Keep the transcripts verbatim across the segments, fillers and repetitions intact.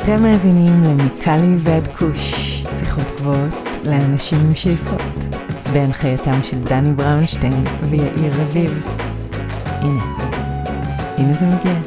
אתם מאזינים למיקלי ועד קוש, שיחות גבוהות לאנשים עם שאיפות, בהנחייתם של דני בראונשטיין ויאיר רביב. הנה, הנה זה מגיע.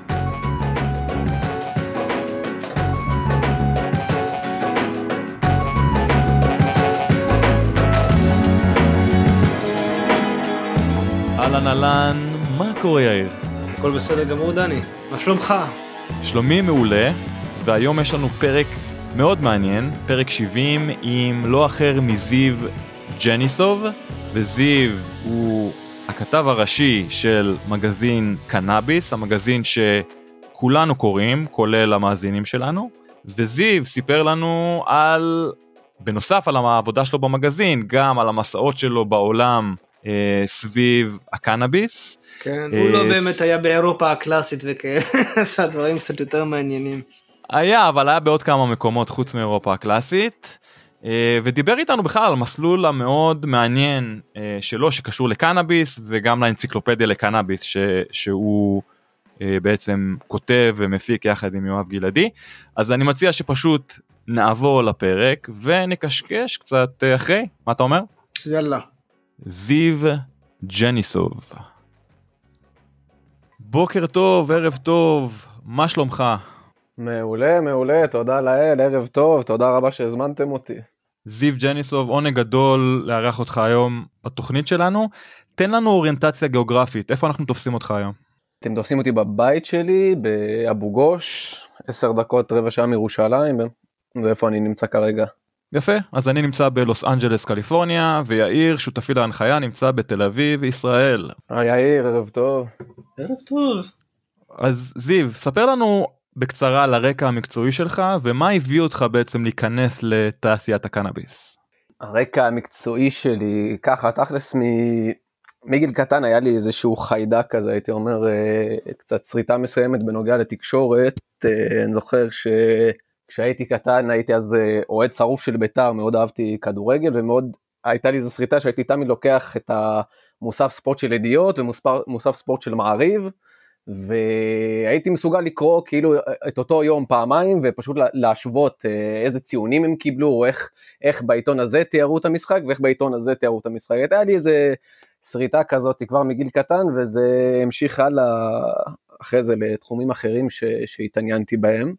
אהלן אהלן, מה קורה יאיר? הכל בסדר גמור דני, מה שלומך? שלומי מעולה, והיום יש לנו פרק מאוד מעניין, פרק שבעים עם לא אחר מזיו ג'ניסוב, וזיו הוא הכתב הראשי של מגזין קנאביס, המגזין שכולנו קוראים, כולל המאזינים שלנו, וזיו סיפר לנו על, בנוסף על העבודה שלו במגזין, גם על המסעות שלו בעולם אה, סביב הקנאביס. כן, הוא לא באמת היה באירופה הקלאסית וכאלה, עשה דברים קצת יותר מעניינים. היה, אבל היה בעוד כמה מקומות חוץ מאירופה הקלאסית, ודיבר איתנו בכלל על המסלול המאוד מעניין שלו, שקשור לקנאביס, וגם לאנציקלופדיה לקנאביס, שהוא בעצם כותב ומפיק יחד עם יואב גלעדי. אז אני מציע שפשוט נעבור לפרק, ונקשקש קצת אחרי. מה אתה אומר? יאללה. זיו ג'ניסוב. בוקר טוב, ערב טוב, מה שלומך? מעולה, מעולה, תודה לאל, ערב טוב, תודה רבה שהזמנתם אותי. זיו ג'ניסוב, עונג גדול לארח אותך היום בתוכנית שלנו. תן לנו אוריינטציה גיאוגרפית, איפה אנחנו תופסים אותך היום? אתם תופסים אותי בבית שלי, באבו גוש, עשר דקות, רבע שעה מירושלים, זה איפה אני נמצא כרגע. יפה, אז אני נמצא בלוס אנג'לס, קליפורניה, ויאיר, שותפי להנחיה, נמצא בתל אביב, ישראל. היי יאיר, ערב טוב. ערב טוב. אז זיו, ספר לנו בקצרה על הרקע המקצועי שלך, ומה הביא אותך בעצם להיכנס לתעשיית הקנאביס? הרקע המקצועי שלי, ככה, תכלס מ... מגיל קטן היה לי איזשהו חיידק כזה, הייתי אומר, קצת שריטה מסוימת בנוגע לתקשורת. אני זוכר ש... כשהייתי קטן הייתי אז אוהד שרוף של ביתר, מאוד אהבתי כדורגל, ומאוד הייתה לי איזו שריטה שהייתי תמיד לוקח את המוסף ספורט של ידיעות, ומוסף ספורט של מעריב, והייתי מסוגל לקרוא כאילו את אותו יום פעמיים, ופשוט להשוות איזה ציונים הם קיבלו, או איך, איך בעיתון הזה תיארו את המשחק, ואיך בעיתון הזה תיארו את המשחק. הייתה לי איזה שריטה כזאת כבר מגיל קטן, וזה המשיך הלאה אחרי זה לתחומים אחרים ש, שהתעניינתי בהם.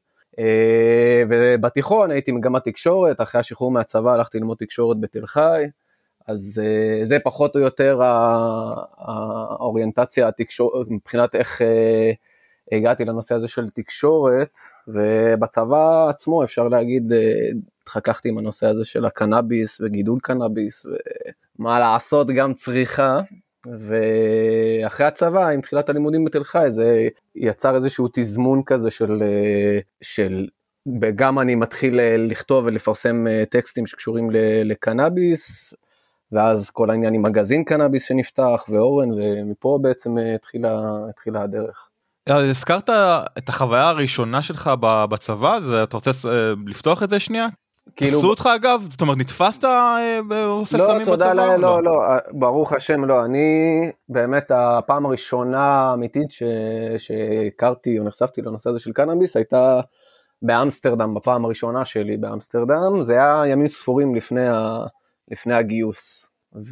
ובתיכון הייתי מגמת תקשורת, אחרי השחרור מהצבא הלכתי ללמוד תקשורת בתל חי, אז זה פחות או יותר האוריינטציה התקשורת, מבחינת איך הגעתי לנושא הזה של תקשורת, ובצבא עצמו אפשר להגיד, התחככתי עם הנושא הזה של הקנאביס וגידול קנאביס, ומה לעשות גם צריכה, ואחרי הצבא, עם תחילת הלימודים בתל חי, זה יצר איזשהו תזמון כזה של, של, גם אני מתחיל לכתוב ולפרסם טקסטים שקשורים לקנאביס, ואז כל העניין עם מגזין קנאביס שנפתח, ואורן, ומפה בעצם התחילה, התחילה הדרך. הזכרת את החוויה הראשונה שלך בצבא, אתה רוצה לפתוח את זה שנייה? תפסו אותך אגב? זאת אומרת, נתפסת ועושה סמים בצבא? לא, תודה, לא, לא, לא, ברוך השם, לא, אני באמת הפעם הראשונה האמיתית שהכרתי או נחשפתי לנושא הזה של קנאביס, הייתה באמסטרדם, בפעם הראשונה שלי באמסטרדם, זה היה ימים ספורים לפני, ה, לפני הגיוס,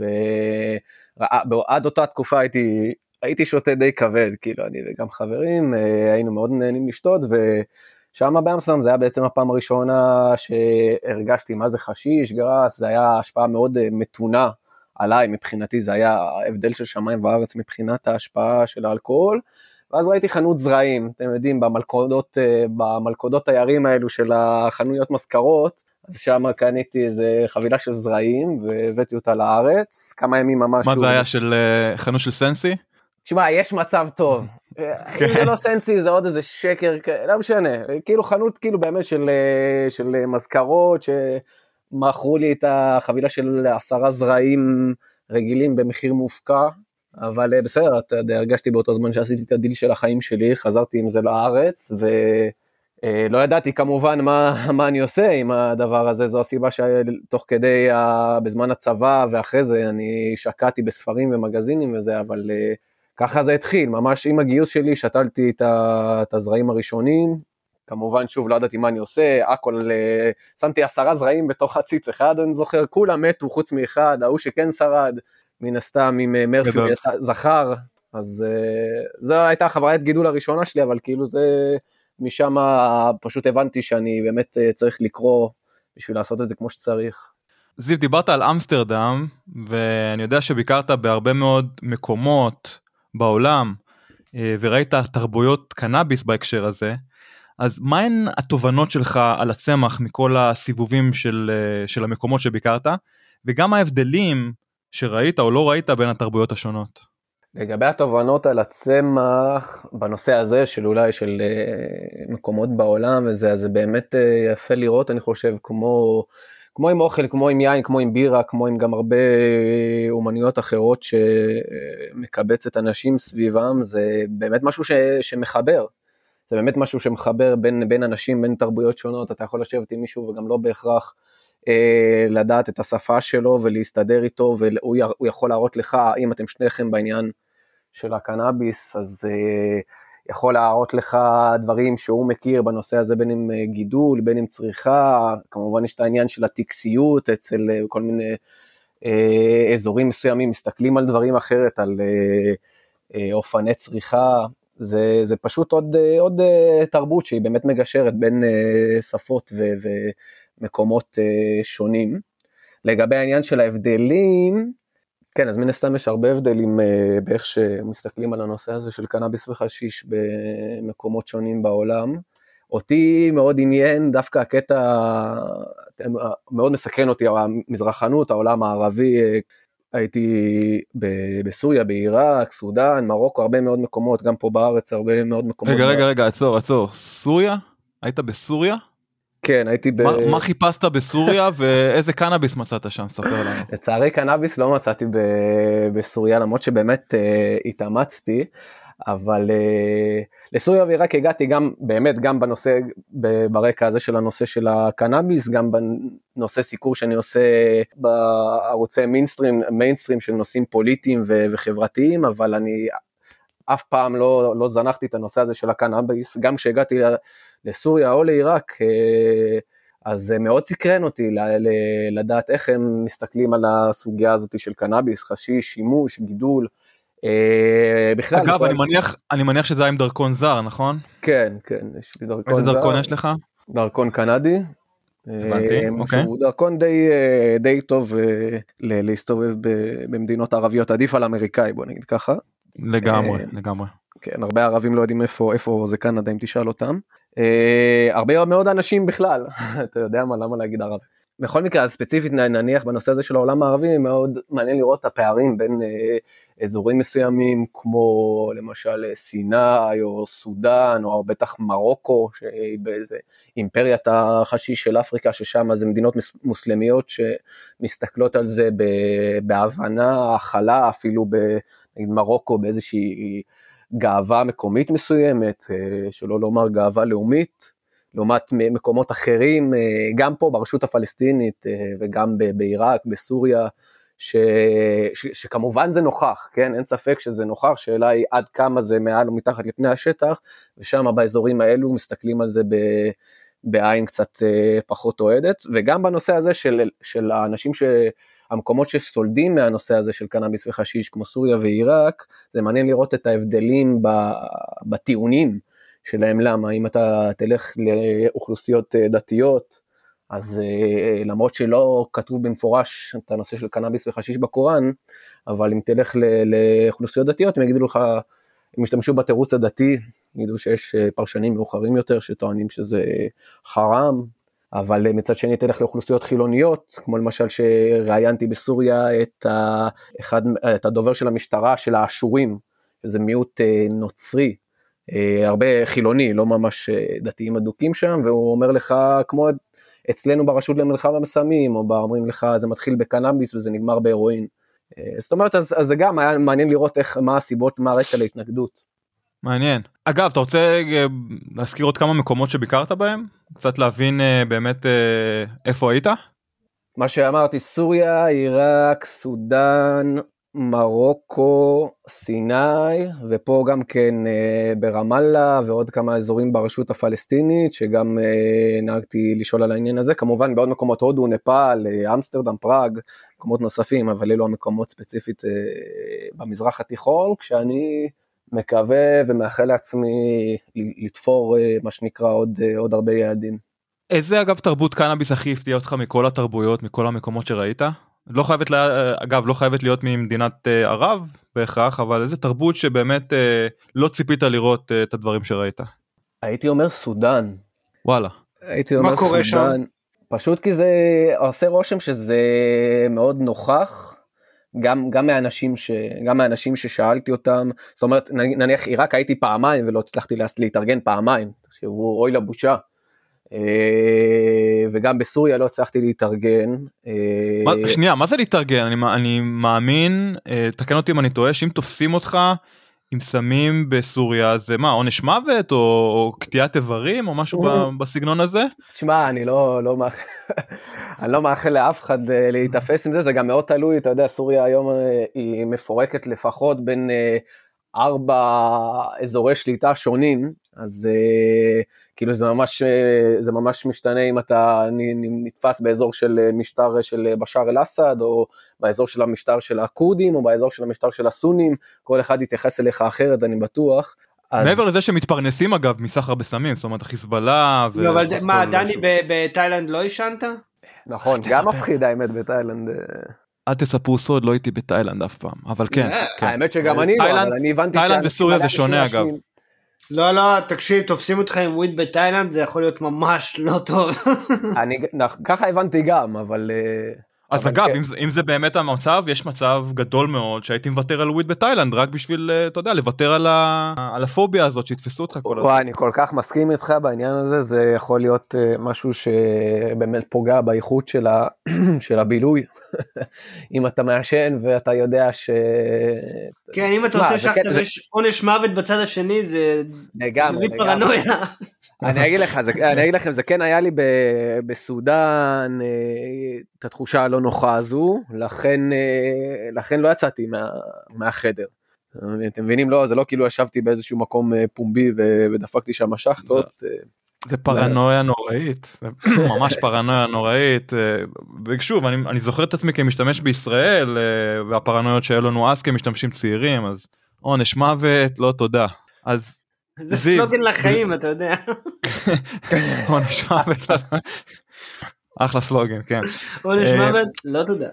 ועד אותה תקופה הייתי, הייתי שותה די כבד, כאילו אני וגם חברים, היינו מאוד נהנים לשתות, ו... שם באמסטרדם זה היה בעצם הפעם הראשונה שהרגשתי מה זה חשיש, גרס, זה היה השפעה מאוד מתונה עליי, מבחינתי זה היה ההבדל של שמיים וארץ מבחינת ההשפעה של האלכוהול, ואז ראיתי חנות זרעים, אתם יודעים, במלכודות, במלכודות הירים האלו של החנויות מזכרות, אז שם קניתי איזה חבילה של זרעים, והבאתי אותה לארץ, כמה ימים ממש... מה זה היה של חנות של סנסי? תשמע, יש מצב טוב, אם זה לא סנסי זה עוד איזה שקר, לא משנה, כאילו חנות כאילו באמת של, של מזכרות, שמכרו לי את החבילה של עשרה זרעים רגילים במחיר מופקע, אבל בסדר, אתה יודע, הרגשתי באותו זמן שעשיתי את הדיל של החיים שלי, חזרתי עם זה לארץ, ולא ידעתי כמובן מה, מה אני עושה עם הדבר הזה, זו הסיבה שתוך כדי, בזמן הצבא ואחרי זה, אני שקעתי בספרים ומגזינים וזה, אבל... ככה זה התחיל, ממש עם הגיוס שלי, שתלתי את הזרעים הראשונים, כמובן, שוב, לא ידעתי מה אני עושה, הכל, שמתי עשרה זרעים בתוך הציץ אחד, אני זוכר, כולם מתו חוץ מאחד, ההוא שכן שרד, מן הסתם עם מרפי זכר, אז זו הייתה חוויית גידול הראשונה שלי, אבל כאילו זה, משם פשוט הבנתי שאני באמת צריך לקרוא, בשביל לעשות את זה כמו שצריך. זיו, דיברת על אמסטרדם, ואני יודע שביקרת בהרבה מאוד מקומות בעולם, וראית תרבויות קנאביס בהקשר הזה, אז מהן התובנות שלך על הצמח מכל הסיבובים של, של המקומות שביקרת, וגם ההבדלים שראית או לא ראית בין התרבויות השונות? לגבי התובנות על הצמח, בנושא הזה של אולי של מקומות בעולם, וזה, אז זה באמת יפה לראות, אני חושב, כמו, כמו עם אוכל, כמו עם יין, כמו עם בירה, כמו עם גם הרבה אומנויות אחרות שמקבץ את אנשים סביבם, זה באמת משהו ש, שמחבר. זה באמת משהו שמחבר בין, בין אנשים, בין תרבויות שונות, אתה יכול לשבת עם מישהו וגם לא בהכרח אה, לדעת את השפה שלו ולהסתדר איתו, והוא יכול להראות לך, אם אתם שניכם בעניין של הקנאביס, אז אה, יכול להראות לך דברים שהוא מכיר בנושא הזה, בין עם גידול, בין עם צריכה, כמובן יש את העניין של הטקסיות, אצל כל מיני אה, אזורים מסוימים, מסתכלים על דברים אחרת, על אה, אה, אופני צריכה, זה, זה פשוט עוד, עוד תרבות שהיא באמת מגשרת בין שפות ו, ומקומות שונים. לגבי העניין של ההבדלים, כן, אז מן הסתם יש הרבה הבדלים באיך שמסתכלים על הנושא הזה של קנאביס וחשיש במקומות שונים בעולם. אותי מאוד עניין, דווקא הקטע מאוד מסקרן אותי, המזרחנות, העולם הערבי, הייתי בסוריה, בעיראק, סודן, מרוקו, הרבה מאוד מקומות, גם פה בארץ, הרבה מאוד מקומות. רגע, רגע, רגע, עצור, עצור. סוריה? היית בסוריה? כן, הייתי ב... מה, מה חיפשת בסוריה ואיזה קנאביס מצאת שם? ספר לנו. לצערי קנאביס לא מצאתי ב... בסוריה, למרות שבאמת uh, התאמצתי, אבל uh, לסוריה ועיראק הגעתי גם, באמת, גם בנושא, ברקע הזה של הנושא של הקנאביס, גם בנושא סיקור שאני עושה בערוצי מיינסטרים, מיינסטרים של נושאים פוליטיים ו- וחברתיים, אבל אני אף פעם לא, לא זנחתי את הנושא הזה של הקנאביס, גם כשהגעתי לסוריה או לעיראק, אז מאוד סקרן אותי לדעת איך הם מסתכלים על הסוגיה הזאת של קנאביס, חשיש, שימוש, גידול, בכלל, אגב, בכלל... אני מניח, אני מניח שזה עם דרכון זר, נכון? כן, כן, יש לי דרכון איזה זר. דרכון יש לך? דרכון קנדי. הבנתי, אוקיי. שהוא דרכון די, די טוב להסתובב במדינות ערביות, עדיף על אמריקאי, בוא נגיד ככה. לגמרי, לגמרי. כן, הרבה ערבים לא יודעים איפה, איפה זה קנדה, אם תשאל אותם. הרבה מאוד אנשים בכלל, אתה יודע מה, למה להגיד ערבי. בכל מקרה, אז ספציפית נניח בנושא הזה של העולם הערבי, מאוד מעניין לראות את הפערים בין אה, אזורים מסוימים, כמו למשל סיני או סודן, או בטח מרוקו, שהיא באיזה אימפריית החשיש של אפריקה, ששם זה מדינות מוסלמיות שמסתכלות על זה בהבנה, הכלה, אפילו במרוקו באיזושהי גאווה מקומית מסוימת, שלא לומר גאווה לאומית, לעומת מקומות אחרים, גם פה ברשות הפלסטינית וגם בעיראק, בסוריה, ש, ש, שכמובן זה נוכח, כן? אין ספק שזה נוכח, שאלה היא עד כמה זה מעל או מתחת לפני השטח, ושם באזורים האלו מסתכלים על זה ב, בעין קצת פחות אוהדת, וגם בנושא הזה של, של האנשים ש... המקומות שסולדים מהנושא הזה של קנאביס וחשיש, כמו סוריה ועיראק, זה מעניין לראות את ההבדלים בטיעונים שלהם. למה? אם אתה תלך לאוכלוסיות דתיות, אז למרות שלא כתוב במפורש את הנושא של קנאביס וחשיש בקוראן, אבל אם תלך לאוכלוסיות דתיות, הם יגידו לך, הם משתמשו בתירוץ הדתי, יגידו שיש פרשנים מאוחרים יותר שטוענים שזה חרם, אבל מצד שני תלך לאוכלוסיות חילוניות, כמו למשל שראיינתי בסוריה את, ה, אחד, את הדובר של המשטרה של האשורים, שזה מיעוט נוצרי, הרבה חילוני, לא ממש דתיים אדוקים שם, והוא אומר לך, כמו אצלנו ברשות למלחמה בסמים, או אומרים לך, זה מתחיל בקנאביס וזה נגמר בהרואין. זאת אומרת, אז, אז זה גם היה מעניין לראות איך, מה הסיבות, מה הרקע להתנגדות. מעניין. אגב, אתה רוצה להזכיר עוד כמה מקומות שביקרת בהם? קצת להבין באמת איפה היית? מה שאמרתי, סוריה, עיראק, סודן, מרוקו, סיני, ופה גם כן ברמאללה, ועוד כמה אזורים ברשות הפלסטינית, שגם נהגתי לשאול על העניין הזה, כמובן בעוד מקומות, הודו, נפאל, אמסטרדם, פראג, מקומות נוספים, אבל אלו המקומות ספציפית במזרח התיכון, כשאני מקווה ומאחל לעצמי לתפור מה שנקרא עוד, עוד הרבה יעדים. איזה אגב תרבות קנאביס הכי הפתיע אותך מכל התרבויות, מכל המקומות שראית? לא חייבת, אגב, לא חייבת להיות ממדינת ערב בהכרח, אבל איזה תרבות שבאמת לא ציפית לראות את הדברים שראית? הייתי אומר סודן. וואלה. הייתי אומר סודן. מה קורה שם? פשוט כי זה עושה רושם שזה מאוד נוכח, גם, גם מהאנשים ש, גם מהאנשים ששאלתי אותם, זאת אומרת, נניח עיראק הייתי פעמיים ולא הצלחתי להתארגן פעמיים, שהוא אוי לבושה. וגם בסוריה לא הצלחתי להתארגן. שנייה, מה זה להתארגן? אני, אני מאמין, תקן אותי אם אני טועה, שאם תופסים אותך עם סמים בסוריה, זה מה, עונש מוות או קטיעת איברים או משהו בסגנון הזה? תשמע, אני לא, לא מאחל, אני לא מאחל לאף אחד להתאפס עם זה, זה גם מאוד תלוי, אתה יודע, סוריה היום היא מפורקת לפחות בין ארבע אזורי שליטה שונים, אז כאילו זה ממש, זה ממש משתנה אם אתה נתפס באזור של משטר של בשאר אל-אסד, או באזור של המשטר של הקורדים, או באזור של המשטר של הסונים, כל אחד יתייחס אליך אחרת, אני בטוח. מעבר לזה שמתפרנסים אגב מסחר בסמים, זאת אומרת החיזבאללה. לא, אבל מה, דני בתאילנד לא ישנת? נכון, גם מפחיד האמת בתאילנד. אל תספרו סוד, לא הייתי בתאילנד אף פעם, אבל כן. האמת שגם אני לא, אבל אני הבנתי תאילנד וסוריה זה שונה אגב. לא, לא, תקשיב, תופסים אותך עם וויד בתאילנד, זה יכול להיות ממש לא טוב. אני, ככה הבנתי גם, אבל... אז אגב, אם זה, אם זה באמת המצב, יש מצב גדול מאוד שהייתי מוותר על וויד בתאילנד, רק בשביל, אתה יודע, לוותר על, ה, על הפוביה הזאת שהתפסו אותך כל הזמן. וואי, אני כל כך מסכים איתך בעניין הזה, זה יכול להיות משהו שבאמת פוגע באיכות של, ה, של הבילוי. אם אתה מעשן ואתה יודע ש... כן, אם אתה עושה שחטה ויש עונש מוות בצד השני, זה... לגמרי, לגמרי. פרנויה. אני אגיד לך, זה, אני אגיד לכם, זה כן היה לי ב, בסודן את התחושה הלא נוחה הזו, לכן, לכן לא יצאתי מה, מהחדר. אתם מבינים? לא, זה לא כאילו ישבתי באיזשהו מקום פומבי ודפקתי שם שחטות. זה פרנויה נוראית, זה ממש פרנויה נוראית, ושוב, אני, אני זוכר את עצמי כמשתמש בישראל, והפרנויות שהיו לנו אז כמשתמשים צעירים, אז עונש מוות, לא תודה. אז זה סלוגן לחיים, אתה יודע. עונש מוות, אחלה סלוגן, כן. עונש מוות, לא תודה.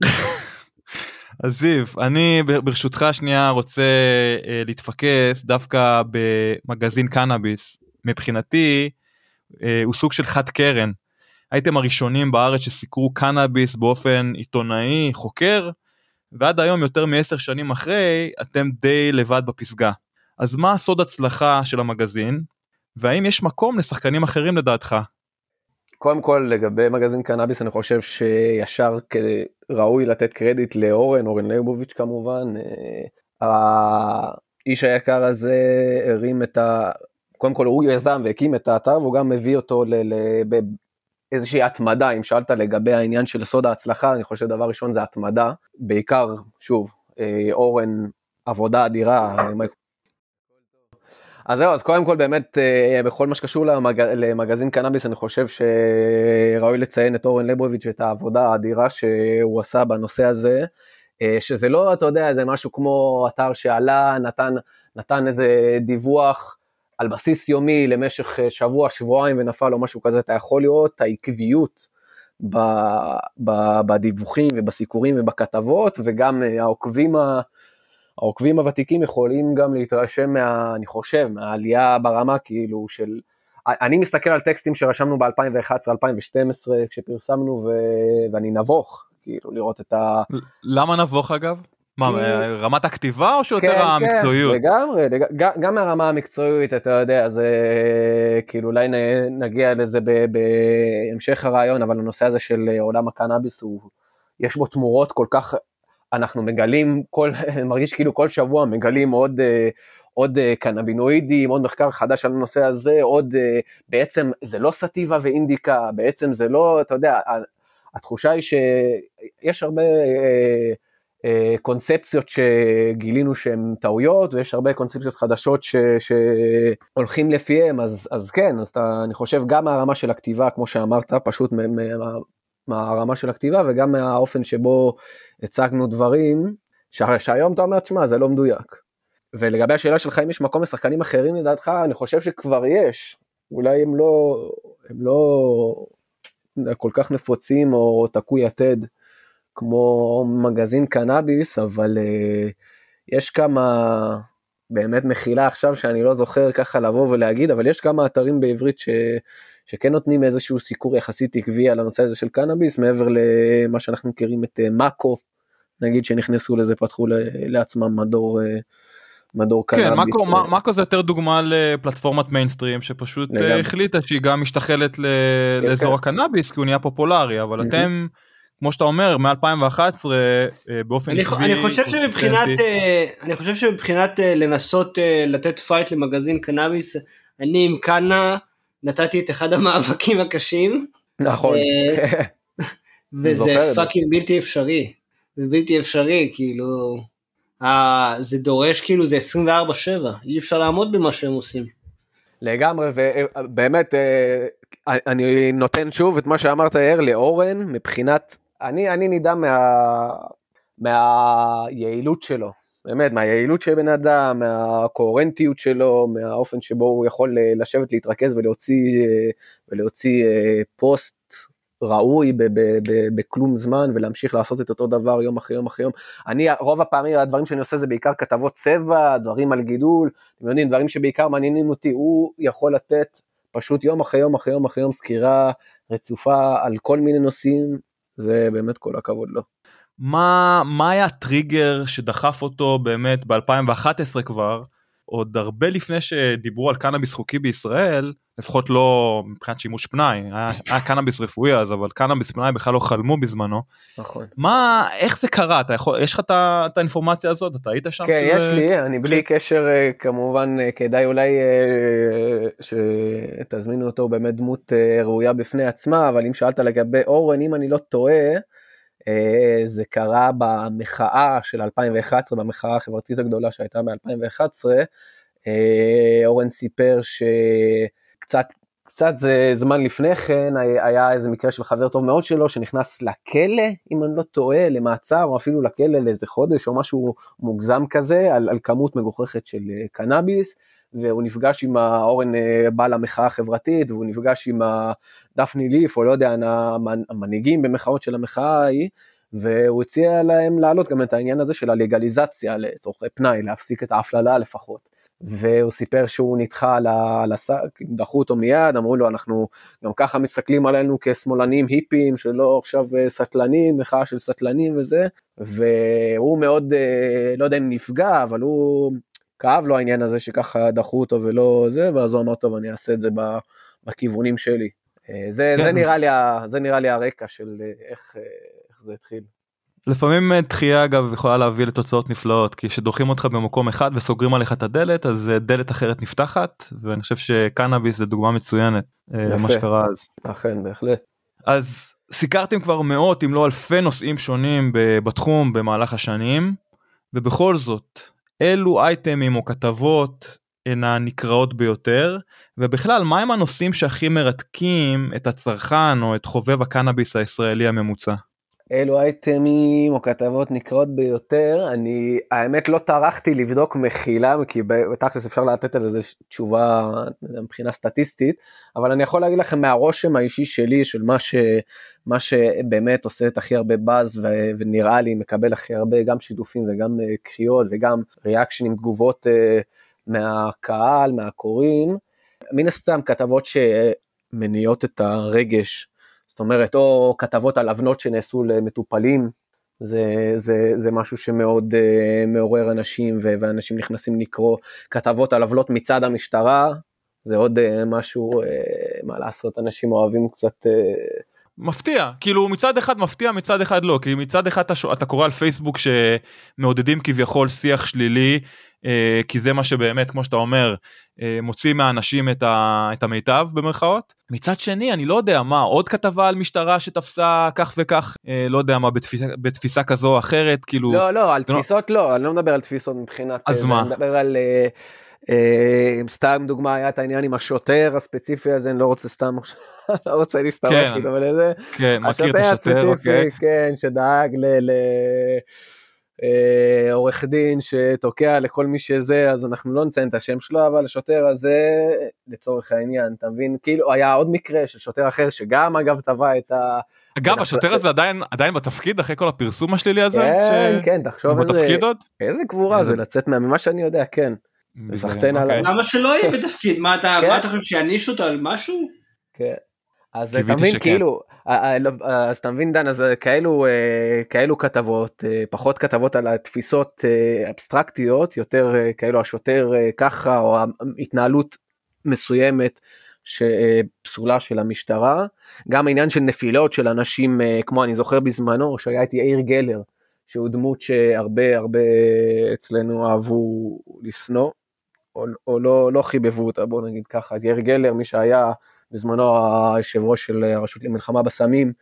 אז זיו, אני ברשותך שנייה רוצה להתפקס דווקא במגזין קנאביס. מבחינתי הוא סוג של חד קרן. הייתם הראשונים בארץ שסיקרו קנאביס באופן עיתונאי, חוקר, ועד היום יותר מעשר שנים אחרי, אתם די לבד בפסגה. אז מה הסוד הצלחה של המגזין, והאם יש מקום לשחקנים אחרים לדעתך? קודם כל, לגבי מגזין קנאביס, אני חושב שישר ראוי לתת קרדיט לאורן, אורן ליבוביץ' כמובן, האיש היקר הזה הרים את ה... קודם כל הוא יזם והקים את האתר, והוא גם מביא אותו באיזושהי התמדה, אם שאלת לגבי העניין של סוד ההצלחה, אני חושב דבר ראשון זה התמדה, בעיקר, שוב, אורן, עבודה אדירה, אז זהו, אז קודם כל באמת, בכל מה שקשור למג... למגזין קנאביס, אני חושב שראוי לציין את אורן ליבוביץ' ואת העבודה האדירה שהוא עשה בנושא הזה, שזה לא, אתה יודע, זה משהו כמו אתר שעלה, נתן, נתן איזה דיווח על בסיס יומי למשך שבוע, שבועיים ונפל או משהו כזה, אתה יכול לראות העקביות ב... ב... בדיווחים ובסיקורים ובכתבות, וגם העוקבים ה... העוקבים הוותיקים יכולים גם להתרשם מה, אני חושב, מהעלייה ברמה כאילו של, אני מסתכל על טקסטים שרשמנו ב-אלפיים ואחת עשרה אלפיים ושתים עשרה כשפרסמנו ו... ואני נבוך, כאילו לראות את ה... למה נבוך אגב? מה, רמת הכתיבה או שיותר כן, המקצועיות? כן, לגמרי, גם, גם מהרמה המקצועית, אתה יודע, זה כאילו אולי נגיע לזה ב, בהמשך הרעיון, אבל הנושא הזה של עולם הקנאביס, הוא, יש בו תמורות כל כך... אנחנו מגלים, כל, מרגיש כאילו כל שבוע מגלים עוד, עוד קנבינואידים, עוד מחקר חדש על הנושא הזה, עוד בעצם זה לא סטיבה ואינדיקה, בעצם זה לא, אתה יודע, התחושה היא שיש הרבה קונספציות שגילינו שהן טעויות, ויש הרבה קונספציות חדשות ש, שהולכים לפיהם, אז, אז כן, אז אתה, אני חושב גם מהרמה של הכתיבה, כמו שאמרת, פשוט מה, מה, מהרמה של הכתיבה, וגם מהאופן שבו הצגנו דברים, שה, שהיום אתה אומר, תשמע, זה לא מדויק. ולגבי השאלה שלך, אם יש מקום לשחקנים אחרים לדעתך, אני חושב שכבר יש, אולי הם לא, הם לא כל כך נפוצים, או תקו יתד, כמו מגזין קנאביס, אבל uh, יש כמה, באמת מחילה עכשיו שאני לא זוכר ככה לבוא ולהגיד, אבל יש כמה אתרים בעברית ש, שכן נותנים איזשהו סיקור יחסית עקבי על הנושא הזה של קנאביס, מעבר למה שאנחנו מכירים את uh, מאקו, נגיד שנכנסו לזה, פתחו לעצמם מדור, uh, מדור קנאביס. כן, מאקו, uh, מאקו זה יותר דוגמה לפלטפורמת מיינסטרים, שפשוט uh, החליטה שהיא גם משתחלת ל, כן, לאזור כן. הקנאביס, כי הוא נהיה פופולרי, אבל mm-hmm. אתם... כמו שאתה אומר, מ-אלפיים ואחת עשרה באופן טבעי... אני חושב שמבחינת, אני חושב שמבחינת לנסות לתת פייט למגזין קנאביס, אני עם קאנה נתתי את אחד המאבקים הקשים. נכון. וזה פאקינג בלתי אפשרי. זה בלתי אפשרי, כאילו... זה דורש, כאילו, זה עשרים וארבע שבע. אי אפשר לעמוד במה שהם עושים. לגמרי, ובאמת, אני נותן שוב את מה שאמרת יאיר לאורן, מבחינת... אני, אני נידע מה, מהיעילות שלו, באמת, מהיעילות של בן אדם, מהקוהרנטיות שלו, מהאופן שבו הוא יכול לשבת, להתרכז ולהוציא, ולהוציא פוסט ראוי ב, ב, ב, בכלום זמן, ולהמשיך לעשות את אותו דבר יום אחרי יום אחרי יום. אני, רוב הפעמים, הדברים שאני עושה זה בעיקר כתבות צבע, דברים על גידול, אתם יודעים, דברים שבעיקר מעניינים אותי, הוא יכול לתת פשוט יום אחרי יום אחרי יום אחרי יום סקירה רצופה על כל מיני נושאים, זה באמת כל הכבוד לו. מה, מה היה הטריגר שדחף אותו באמת ב-אלפיים ואחת עשרה כבר, עוד הרבה לפני שדיברו על קנאביס חוקי בישראל, לפחות לא מבחינת שימוש פנאי, היה, היה קנאביס רפואי אז, אבל קנאביס פנאי בכלל לא חלמו בזמנו. נכון. מה, איך זה קרה? אתה יכול, יש לך את האינפורמציה הזאת? אתה היית שם? כן, שזה... יש לי, אני בלי קשר, כמובן, כדאי אולי שתזמינו אותו באמת דמות ראויה בפני עצמה, אבל אם שאלת לגבי אורן, אם אני לא טועה, זה קרה במחאה של אלפיים ואחת עשרה, במחאה החברתית הגדולה שהייתה ב-אלפיים ואחת עשרה, אורן סיפר שקצת קצת זמן לפני כן היה איזה מקרה של חבר טוב מאוד שלו שנכנס לכלא, אם אני לא טועה, למעצר או אפילו לכלא לאיזה חודש או משהו מוגזם כזה, על, על כמות מגוחכת של קנאביס, והוא נפגש עם אורן בעל המחאה החברתית, והוא נפגש עם דפני ליף, או לא יודע, המנהיגים במחאות של המחאה ההיא, והוא הציע להם לעלות גם את העניין הזה של הלגליזציה לצורכי פנאי, להפסיק את ההפללה לפחות. והוא סיפר שהוא נדחה על הסק, דחו אותו מיד, אמרו לו, אנחנו גם ככה מסתכלים עלינו כשמאלנים היפים, שלא עכשיו סטלנים, מחאה של סטלנים וזה, והוא מאוד, לא יודע אם נפגע, אבל הוא כאב לו העניין הזה שככה דחו אותו ולא זה, ואז הוא אמר, טוב, אני אעשה את זה בכיוונים שלי. זה, זה, נראה לי, זה נראה לי הרקע של איך, איך זה התחיל. לפעמים דחייה אגב יכולה להביא לתוצאות נפלאות, כי שדוחים אותך במקום אחד וסוגרים עליך את הדלת, אז דלת אחרת נפתחת, ואני חושב שקנאביס זה דוגמה מצוינת למה שקרה אז. אכן, בהחלט. אז סיקרתם כבר מאות אם לא אלפי נושאים שונים בתחום במהלך השנים, ובכל זאת, אילו אייטמים או כתבות הן הנקראות ביותר, ובכלל מה הם הנושאים שהכי מרתקים את הצרכן או את חובב הקנאביס הישראלי הממוצע? אלו אייטמים או כתבות נקראות ביותר, אני האמת לא טרחתי לבדוק מחילה, כי בתכלס אפשר לתת על איזה תשובה מבחינה סטטיסטית, אבל אני יכול להגיד לכם מהרושם האישי שלי, של מה, ש, מה שבאמת עושה את הכי הרבה באז, ו, ונראה לי מקבל הכי הרבה גם שיתופים וגם קריאות, וגם ריאקשנים, תגובות מהקהל, מהקוראים, מן הסתם כתבות שמניעות את הרגש, זאת אומרת, או כתבות על אבנות שנעשו למטופלים, זה, זה, זה משהו שמאוד uh, מעורר אנשים, ואנשים נכנסים לקרוא כתבות על עוולות מצד המשטרה, זה עוד uh, משהו, uh, מה לעשות, אנשים אוהבים קצת uh, מפתיע, כאילו מצד אחד מפתיע, מצד אחד לא, כי מצד אחד אתה, אתה קורא על פייסבוק שמעודדים כביכול שיח שלילי, אה, כי זה מה שבאמת, כמו שאתה אומר, אה, מוציא מהאנשים את, ה, את המיטב במרכאות. מצד שני, אני לא יודע מה, עוד כתבה על משטרה שתפסה כך וכך, אה, לא יודע מה, בתפיסה, בתפיסה כזו או אחרת, כאילו... לא, לא, על תפיסות לא, לא, אני לא מדבר על תפיסות מבחינת... אז זה, מה? אני מדבר על... אה, אה, סתם דוגמה, היה את העניין עם השוטר הספציפי הזה, אני לא רוצה סתם... לא רוצה להסתמך איתו, אבל איזה... כן, מכיר את השוטר, הספציפי, אוקיי. כן, שדאג ל... עורך דין שתוקע לכל מי שזה, אז אנחנו לא נציין את השם שלו, אבל השוטר הזה, לצורך העניין, אתה מבין? כאילו, היה עוד מקרה של שוטר אחר, שגם אגב טבע את ה... אגב, השוטר הזה עדיין, עדיין בתפקיד, אחרי כל הפרסום השלילי הזה? כן, כן, תחשוב איזה... איזה גבורה זה לצאת ממה שאני יודע, כן. וסחטן עליו. למה שלא יהיה בתפקיד? מה אתה חושב שיעניש אותו על משהו? כן. אז אתה מבין, כאילו, אז אתה מבין דן, אז כאלו, כאלו כתבות, פחות כתבות על התפיסות אבסטרקטיות, יותר כאלו השוטר ככה, או התנהלות מסוימת שפסולה של המשטרה, גם העניין של נפילות של אנשים, כמו אני זוכר בזמנו, שהיה איתי יאיר גלר, שהוא דמות שהרבה הרבה אצלנו אהבו לסנוע, או, או לא, לא חיבבו אותה, בוא נגיד ככה, יאיר גלר, מי שהיה בזמנו היושב ראש של הרשות למלחמה בסמים,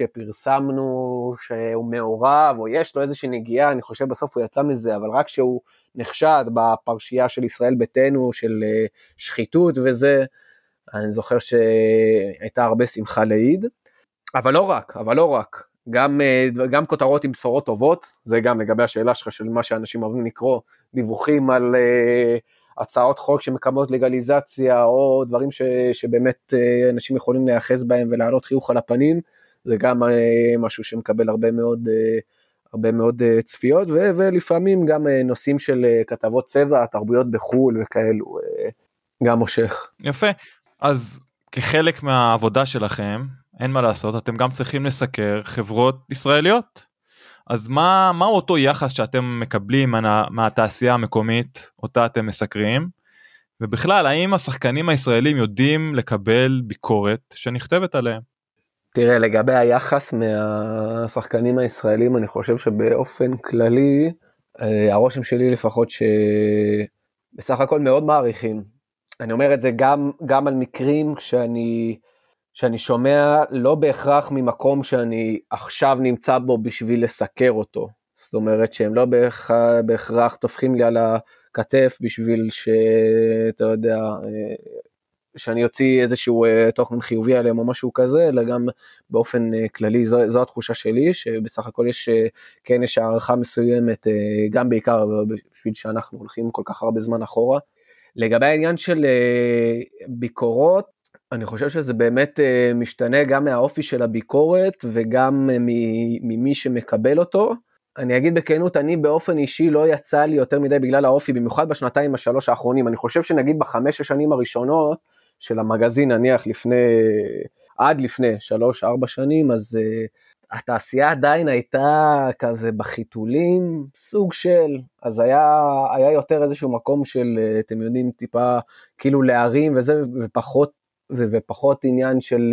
כשפרסמנו שהוא מעורב, או יש לו איזושהי נגיעה, אני חושב בסוף הוא יצא מזה, אבל רק שהוא נחשד בפרשייה של ישראל ביתנו, של שחיתות וזה, אני זוכר שהייתה הרבה שמחה לעיד, אבל לא רק, אבל לא רק, גם, גם כותרות עם בשורות טובות, זה גם לגבי השאלה שלך של מה שאנשים אוהבים לקרוא, דיווחים על הצעות חוק שמקמות לגליזציה, או דברים ש, שבאמת אנשים יכולים להיאחז בהם ולהעלות חיוך על הפנים, זה גם משהו שמקבל הרבה מאוד, הרבה מאוד צפיות, ו, ולפעמים גם נושאים של כתבות צבע, תרבויות בחול וכאלו, גם מושך. יפה, אז כחלק מהעבודה שלכם, אין מה לעשות, אתם גם צריכים לסקר חברות ישראליות, אז מה, מהו אותו יחס שאתם מקבלים מה, מהתעשייה המקומית, אותה אתם מסקרים, ובכלל, האם השחקנים הישראלים יודעים לקבל ביקורת שנכתבת עליהם? תראה, לגבי היחס מהשחקנים הישראלים, אני חושב שבאופן כללי, הרושם שלי לפחות שבסך הכל מאוד מעריכים. אני אומר את זה גם, גם על מקרים שאני... שאני שומע לא בהכרח ממקום שאני עכשיו נמצא בו בשביל לסקר אותו, זאת אומרת שהם לא בהכרח, בהכרח תופחים לי על הכתף בשביל שאתה יודע, שאני יוציא איזשהו תוכן חיובי עליהם או משהו כזה, אלא גם באופן כללי, זו, זו התחושה שלי, שבסך הכל יש, כן יש הערכה מסוימת, גם בעיקר בשביל שאנחנו הולכים כל כך הרבה זמן אחורה. לגבי העניין של ביקורות, אני חושב שזה באמת משתנה גם מהאופי של הביקורת, וגם ממי שמקבל אותו. אני אגיד בכנות, אני באופן אישי לא יצא לי יותר מדי בגלל האופי, במיוחד בשנתיים השלוש האחרונים. אני חושב שנגיד בחמש השנים הראשונות של המגזין, נניח לפני, עד לפני שלוש, ארבע שנים, אז uh, התעשייה עדיין הייתה כזה בחיתולים, סוג של, אז היה, היה יותר איזשהו מקום של, אתם יודעים, טיפה כאילו להרים וזה, ופחות, ופחות עניין של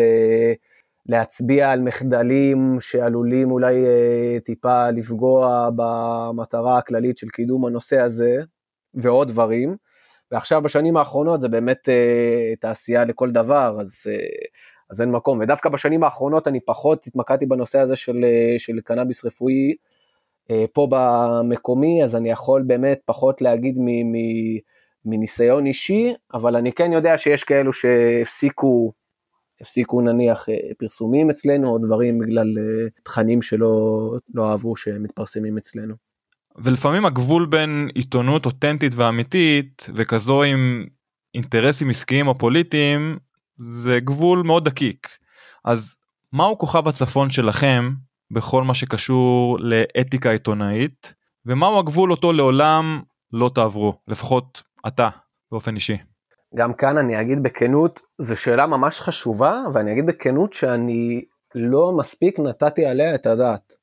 להצביע על מחדלים שעלולים אולי טיפה לפגוע במטרה הכללית של קידום הנושא הזה, ועוד דברים, ועכשיו בשנים האחרונות זה באמת תעשייה לכל דבר, אז, אז אין מקום, ודווקא בשנים האחרונות אני פחות התמקדתי בנושא הזה של, של קנאביס רפואי, פה במקומי, אז אני יכול באמת פחות להגיד מ... מ מניסיון אישי, אבל אני כן יודע שיש כאלו שהפסיקו, הפסיקו נניח פרסומים אצלנו, או דברים בגלל תכנים שלא לא אהבו שמתפרסמים אצלנו. ולפעמים הגבול בין עיתונות אותנטית ואמיתית, וכזו עם אינטרסים עסקיים או פוליטיים, זה גבול מאוד דקיק. אז מהו כוכב הצפון שלכם, בכל מה שקשור לאתיקה עיתונאית, ומהו הגבול אותו לעולם לא תעברו, לפחות אתה, באופן אישי. גם כאן אני אגיד בכנות, זו שאלה ממש חשובה, ואני אגיד בכנות שאני לא מספיק נתתי עליה את הדעת.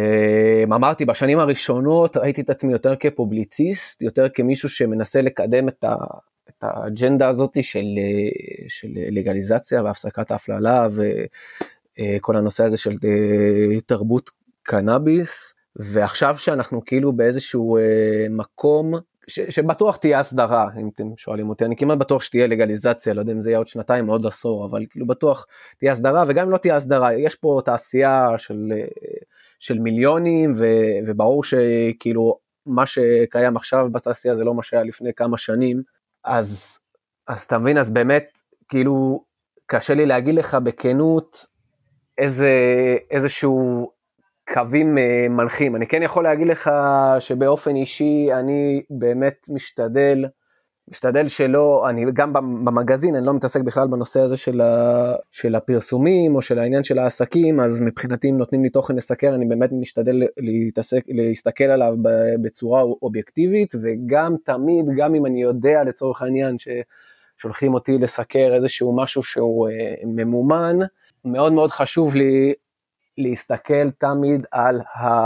אמרתי, בשנים הראשונות ראיתי את עצמי יותר כפובליציסט, יותר כמישהו שמנסה לקדם את, ה, את האג'נדה הזאת של, של לגליזציה והפסקת ההפללה, כל הנושא הזה של תרבות קנאביס, ועכשיו שאנחנו כאילו באיזשהו מקום, ש, שבטוח תהיה הסדרה, אם אתם שואלים אותי, אני כמעט בטוח שתהיה לגליזציה, לא יודע אם זה יהיה עוד שנתיים או עוד עשור, אבל כאילו בטוח תהיה הסדרה, וגם אם לא תהיה הסדרה, יש פה תעשייה של, של מיליונים, ו, וברור שכאילו מה שקיים עכשיו בתעשייה זה לא מה שהיה לפני כמה שנים, אז, אז אתה מבין, אז באמת, כאילו, קשה לי להגיד לך בכנות, איזה, איזשהו קווים מנחים. אני כן יכול להגיד לך שבאופן אישי אני באמת משתדל, משתדל שלא, אני גם במגזין, אני לא מתעסק בכלל בנושא הזה של, ה, של הפרסומים או של העניין של העסקים, אז מבחינתי אם נותנים לי תוכן לסקר, אני באמת משתדל להתעסק, להסתכל עליו בצורה אובייקטיבית, וגם תמיד, גם אם אני יודע לצורך העניין ששולחים אותי לסקר איזשהו משהו שהוא ממומן, מאוד מאוד חשוב לי להסתכל תמיד על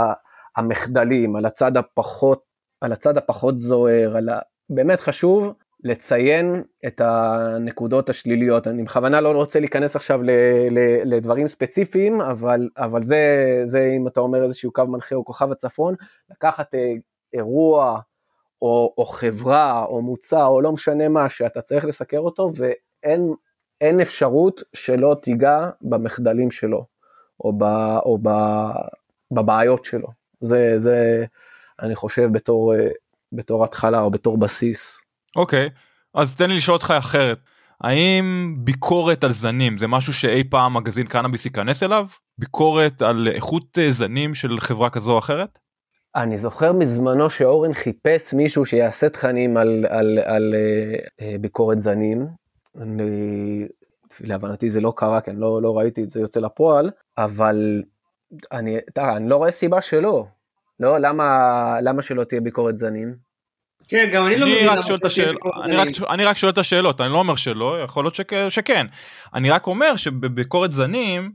המחדלים, על הצד הפחות, על הצד הפחות זוהר, על ה... באמת חשוב לציין את הנקודות השליליות. אני בכוונה לא רוצה להיכנס עכשיו ל, ל, לדברים ספציפיים, אבל, אבל זה, זה אם אתה אומר איזשהו קו מנחה או כוכב הצפון, לקחת אירוע או, או חברה או מוצר או לא משנה מה שאתה צריך לסקר אותו, ואין אין אפשרות שלא תיגע במחדלים שלו, או, ב, או ב, בבעיות שלו. זה, זה אני חושב בתור... בתור התחלה או בתור בסיס. אוקיי, אז תן לי לשאול אותך אחרת. האם ביקורת על זנים זה משהו שאי פעם מגזין קנאביס ייכנס אליו? ביקורת על איכות זנים של חברה כזו או אחרת? אני זוכר מזמנו שאורן חיפש מישהו שיעשה תכנים על, על, על, על ביקורת זנים. אני, להבנתי זה לא קרה, כי אני לא, לא ראיתי את זה יוצא לפועל, אבל אני, תראה, אני לא רואה סיבה שלא. לא, למה, למה שלא תהיה ביקורת זנים? כן, גם אני לא מבין למה שלא תהיה ביקורת זנים. אני רק שואל את השאלות, אני לא אומר שלא, יכול להיות שכן. אני רק אומר שבביקורת זנים,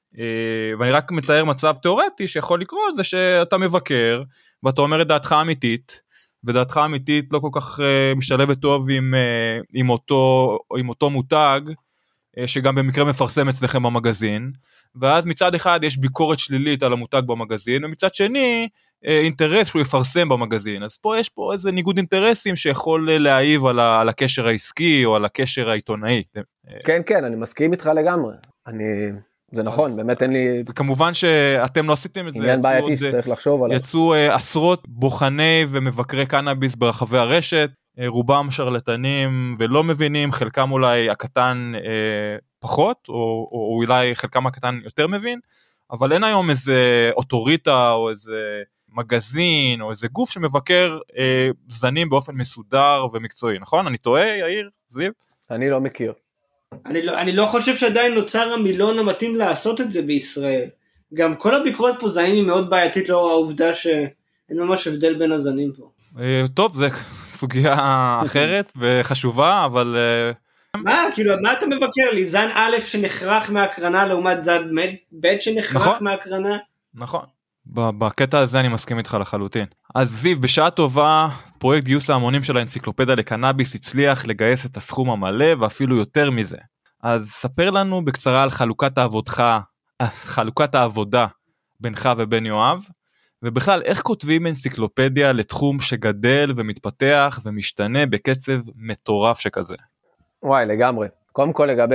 ואני רק מתאר מצב תיאורטי שיכול לקרות, זה שאתה מבקר, ואתה אומר את דעתך אמיתית, ודעתך אמיתית לא כל כך משתלבת טוב עם, עם, אותו, עם אותו מותג, שגם במקרה מפרסם אצלכם במגזין, ואז מצד אחד יש ביקורת שלילית על המותג במגזין, ומצד שני אינטרס שהוא יפרסם במגזין, אז פה יש פה איזה ניגוד אינטרסים שיכול להעיב על, ה, על הקשר העסקי או על הקשר העיתונאי. כן, כן, אני מסכים איתך לגמרי, אני... זה נכון, באמת אין לי... וכמובן שאתם לא עשיתם את זה. עניין בעייתי שצריך לחשוב עליו. יצאו עשרות בוחני ומבקרי קנאביס ברחבי הרשת, רובם שרלטנים ולא מבינים, חלקם אולי הקטן אה, פחות, או, או אולי חלקם הקטן יותר מבין, אבל אין היום איזה אוטוריטה או איזה מגזין או איזה גוף שמבקר אה, זנים באופן מסודר ומקצועי, נכון? אני טועה, יאיר, זיו? אני לא מכיר. אני לא, אני לא חושב שעדיין נוצר המילון המתאים לעשות את זה בישראל. גם כל הביקורת פה זנים היא מאוד בעייתית לאור העובדה שאין ממש הבדל בין הזנים פה. אה, טוב, זה... סוגיה אחרת וחשובה, אבל... מה? כאילו, מה אתה מבקר לי? זן א' שנחרח מהקרנה לעומת זן ב' שנחרח מהקרנה? נכון. בקטע הזה אני מסכים איתך לחלוטין. אז זיו, בשעה טובה, פרויקט גיוס ההמונים של האנציקלופדיה לקנאביס הצליח לגייס את הסכום המלא, ואפילו יותר מזה. אז ספר לנו בקצרה על חלוקת העבודך, חלוקת העבודה בינך ובין יואב, ובכלל, איך כותבים אנציקלופדיה לתחום שגדל ומתפתח ומשתנה בקצב מטורף שכזה? וואי, לגמרי. קודם כל, לגבי,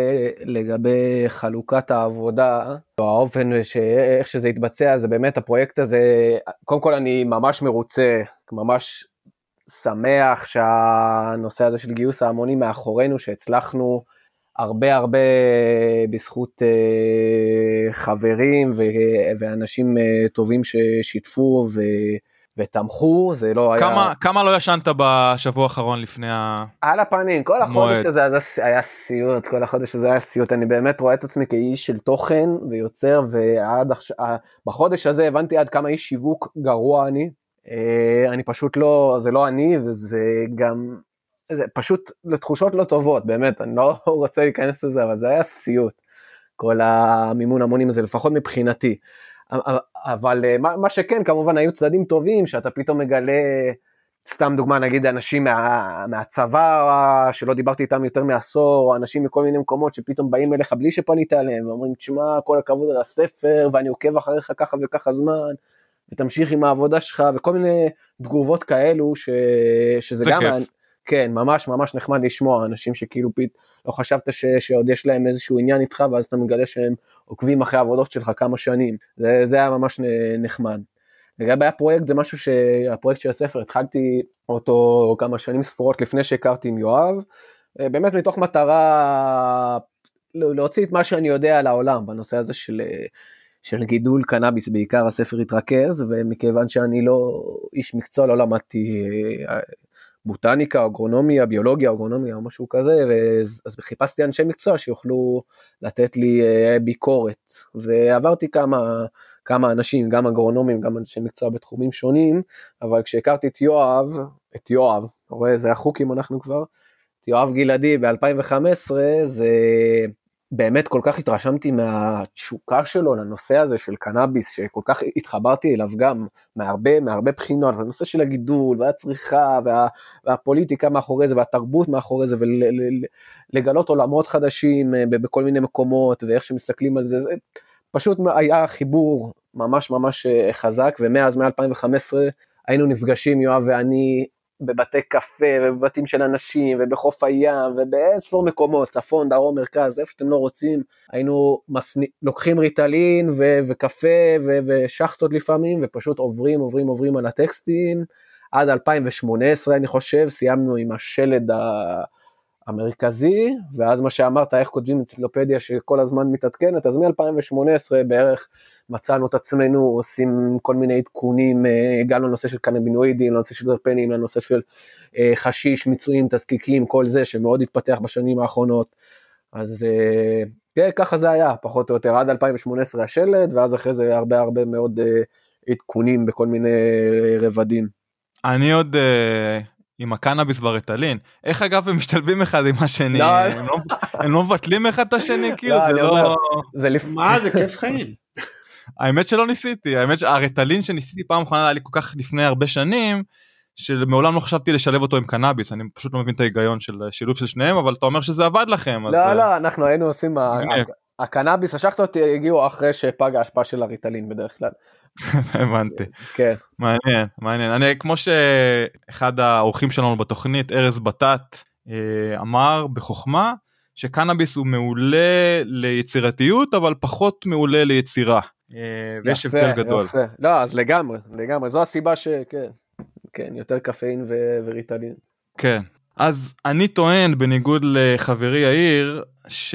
לגבי חלוקת העבודה, או האופן שאיך שזה יתבצע, זה באמת הפרויקט הזה, קודם כל אני ממש מרוצה, ממש שמח שהנושא הזה של גיוס ההמונים מאחורינו, שהצלחנו הרבה הרבה בזכות uh, חברים ו- ואנשים uh, טובים ששיתפו ו- ותמכו, זה לא כמה, היה... כמה לא ישנת בשבוע האחרון לפני ה... על הפנים, כל החודש מועד. הזה היה סיוט, כל החודש הזה היה סיוט, אני באמת רואה את עצמי כאיש של תוכן ויוצר, ועד עכשיו, בחודש הזה הבנתי עד כמה איש שיווק גרוע אני, uh, אני פשוט לא, זה לא אני, וזה גם... זה פשוט לתחושות לא טובות, באמת, אני לא רוצה להיכנס לזה, אבל זה היה סיוט, כל המימון המונים הזה, לפחות מבחינתי, אבל מה, מה שכן, כמובן, היו צדדים טובים, שאתה פתאום מגלה סתם דוגמה, נגיד אנשים מה, מהצבא, שלא דיברתי איתם יותר מעשור, או אנשים מכל מיני מקומות שפתאום באים אליך בלי שפנית עליהם, ואומרים, תשמע, כל הכבוד על הספר, ואני עוקב אחריך ככה וככה זמן, ותמשיך עם העבודה שלך, וכל מיני תגובות כאלו, ש... שזה גם, כיף. כן, ממש ממש נחמד לשמוע, אנשים שכאילו פית, לא חשבת ש... שעוד יש להם איזשהו עניין איתך, ואז אתה מגלה שהם עוקבים אחרי העבודות שלך כמה שנים, זה, זה היה ממש נחמד. לגבי הפרויקט, זה משהו שהפרויקט של הספר, התחלתי אותו כמה שנים ספורות לפני שהכרתי עם יואב, באמת מתוך מטרה להוציא את מה שאני יודע על העולם, בנושא הזה של, של גידול קנאביס, בעיקר הספר התרכז, ומכיוון שאני לא איש מקצוע, לא למדתי בוטניקה, אגרונומיה, ביולוגיה, אגרונומיה, או משהו כזה, אז, אז חיפשתי אנשי מקצוע שיוכלו לתת לי ביקורת, ועברתי כמה... כמה אנשים, גם אגרונומים, גם אנשי מקצוע בתחומים שונים, אבל כשהכרתי את יואב, את יואב, רואה, זה החוקים אנחנו כבר, את יואב גלעדי ב-אלפיים וחמש עשרה, זה באמת כל כך התרשמתי מהתשוקה שלו לנושא הזה של קנאביס, שכל כך התחברתי אליו גם מהרבה, מהרבה בחינות, הנושא של הגידול והצריכה וה, והפוליטיקה מאחורי זה, והתרבות מאחורי זה, ולגלות עולמות חדשים בכל מיני מקומות, ואיך שמסתכלים על זה, זה פשוט היה חיבור ממש ממש חזק, ומאז מ-אלפיים וחמש עשרה היינו נפגשים יואב ואני בבתי קפה, ובבתים של אנשים, ובחוף הים, ובאינספור מקומות, צפון, דרום, מרכז, איפה שאתם לא רוצים, היינו מסני... לוקחים ריטלין, ו- וקפה, ו- ושחטות לפעמים, ופשוט עוברים, עוברים, עוברים על הטקסטים, עד אלפיים ושמונה עשרה אני חושב, סיימנו עם השלד ה... המרכזי, ואז מה שאמרת, איך כותבים אנציקלופדיה שכל הזמן מתעדכנת, אז מ-אלפיים ושמונה עשרה בערך מצאנו את עצמנו, עושים כל מיני עדכונים, גם לנושא של קנבינואידים, לנושא של טרפנים, לנושא של חשיש, מיצויים, תזקיקים, כל זה שמאוד התפתח בשנים האחרונות, אז כן, ככה זה היה, פחות או יותר, עד אלפיים ושמונה עשרה השלד, ואז אחרי זה הרבה הרבה מאוד עדכונים בכל מיני רבדים. אני עוד... עם הקנאביס והריטלין, איך אגב הם משתלבים אחד עם השני, הם לא מבטלים אחד את השני, כאילו זה לא... מה, זה כיף חיים. האמת שלא ניסיתי, האמת שהריטלין שניסיתי פעם אחרונה, היה לי כל כך לפני הרבה שנים, שמעולם לא חשבתי לשלב אותו עם קנאביס, אני פשוט לא מבין את ההיגיון של שילוב של שניהם, אבל אתה אומר שזה עבד לכם. לא, לא, אנחנו היינו עושים, הקנאביס, השחטות הגיעו אחרי שפג ההשפעה של הריטלין בדרך כלל. הבנתי. כן. מעניין, מעניין. אני, כמו שאחד האורחים שלנו בתוכנית, ארז בטט, אמר בחוכמה, שקנאביס הוא מעולה ליצירתיות, אבל פחות מעולה ליצירה. ויש הבדל גדול. יפה, לא, אז לגמרי, לגמרי. זו הסיבה שכן, כן, יותר קפאין וריטלין. כן. אז אני טוען, בניגוד לחברי יאיר,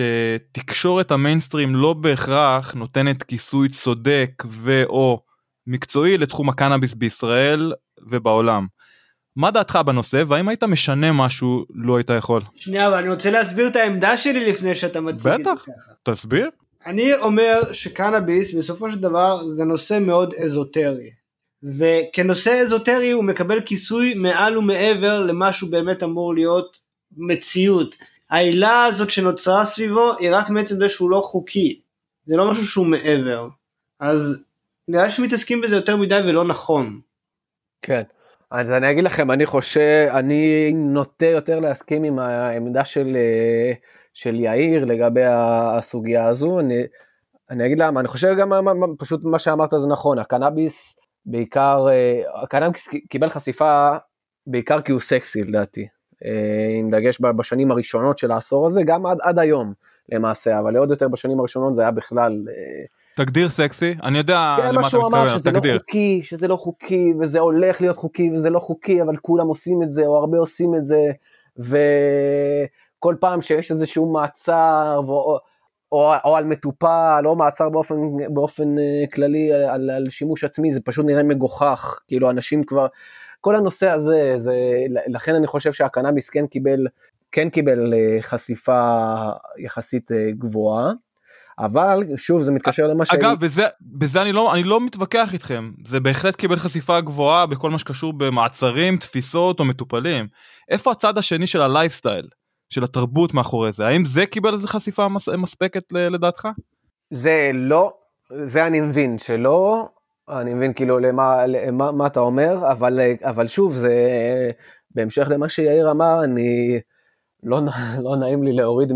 שתקשורת המיינסטרים לא בהכרח נותנת כיסוי צודק ו/או מקצועי לתחום הקנאביס בישראל ובעולם. מה דעתך בנושא, והאם היית משנה משהו לא היית יכול? שנייה, אבל אני רוצה להסביר את העמדה שלי לפני שאתה מציג את זה ככה. בטח, תסביר. אני אומר שקנאביס בסופו של דבר זה נושא מאוד אזוטרי. וכנושא אזוטרי הוא מקבל כיסוי מעל ומעבר למשהו באמת אמור להיות מציאות. העילה הזאת שנוצרה סביבו היא רק מעצם זה שהוא לא חוקי, זה לא משהו שהוא מעבר, אז נראה שמתעסקים בזה יותר מדי ולא נכון. כן, אז אני אגיד לכם, אני חושב, אני נוטה יותר להסכים עם העמדה של, של יאיר לגבי הסוגיה הזו, אני, אני אגיד למה, אני חושב גם פשוט מה שאמרת זה נכון, הקנאביס בעיקר, הקנאביס קיבל חשיפה בעיקר כי הוא סקסי לדעתי, עם דגש בשנים הראשונות של העשור הזה, גם עד, עד היום למעשה, אבל עוד יותר בשנים הראשונות זה היה בכלל... תגדיר סקסי, אני יודע כן, למה אתה מתכוון, שזה תגדיר. לא חוקי, שזה לא חוקי, וזה הולך להיות חוקי, וזה לא חוקי, אבל כולם עושים את זה, או הרבה עושים את זה, וכל פעם שיש איזשהו מעצר, או, או, או על מטופל, או מעצר באופן, באופן כללי על, על שימוש עצמי, זה פשוט נראה מגוחך, כאילו אנשים כבר... כל הנושא הזה, זה, לכן אני חושב שהקנאביס כן קיבל, כן קיבל חשיפה יחסית גבוהה, אבל שוב זה מתקשר למה ש... אגב, בזה, בזה אני לא, אני לא מתווכח איתכם, זה בהחלט קיבל חשיפה גבוהה בכל מה שקשור במעצרים, תפיסות או מטופלים. איפה הצד השני של הלייפסטייל, של התרבות מאחורי זה? האם זה קיבל חשיפה מספקת לדעתך? זה לא, זה אני מבין שלא, אני מבין כאילו למה, למה מה אתה אומר, אבל, אבל שוב, זה בהמשך למה שיאיר אמר, אני לא, לא נעים לי להוריד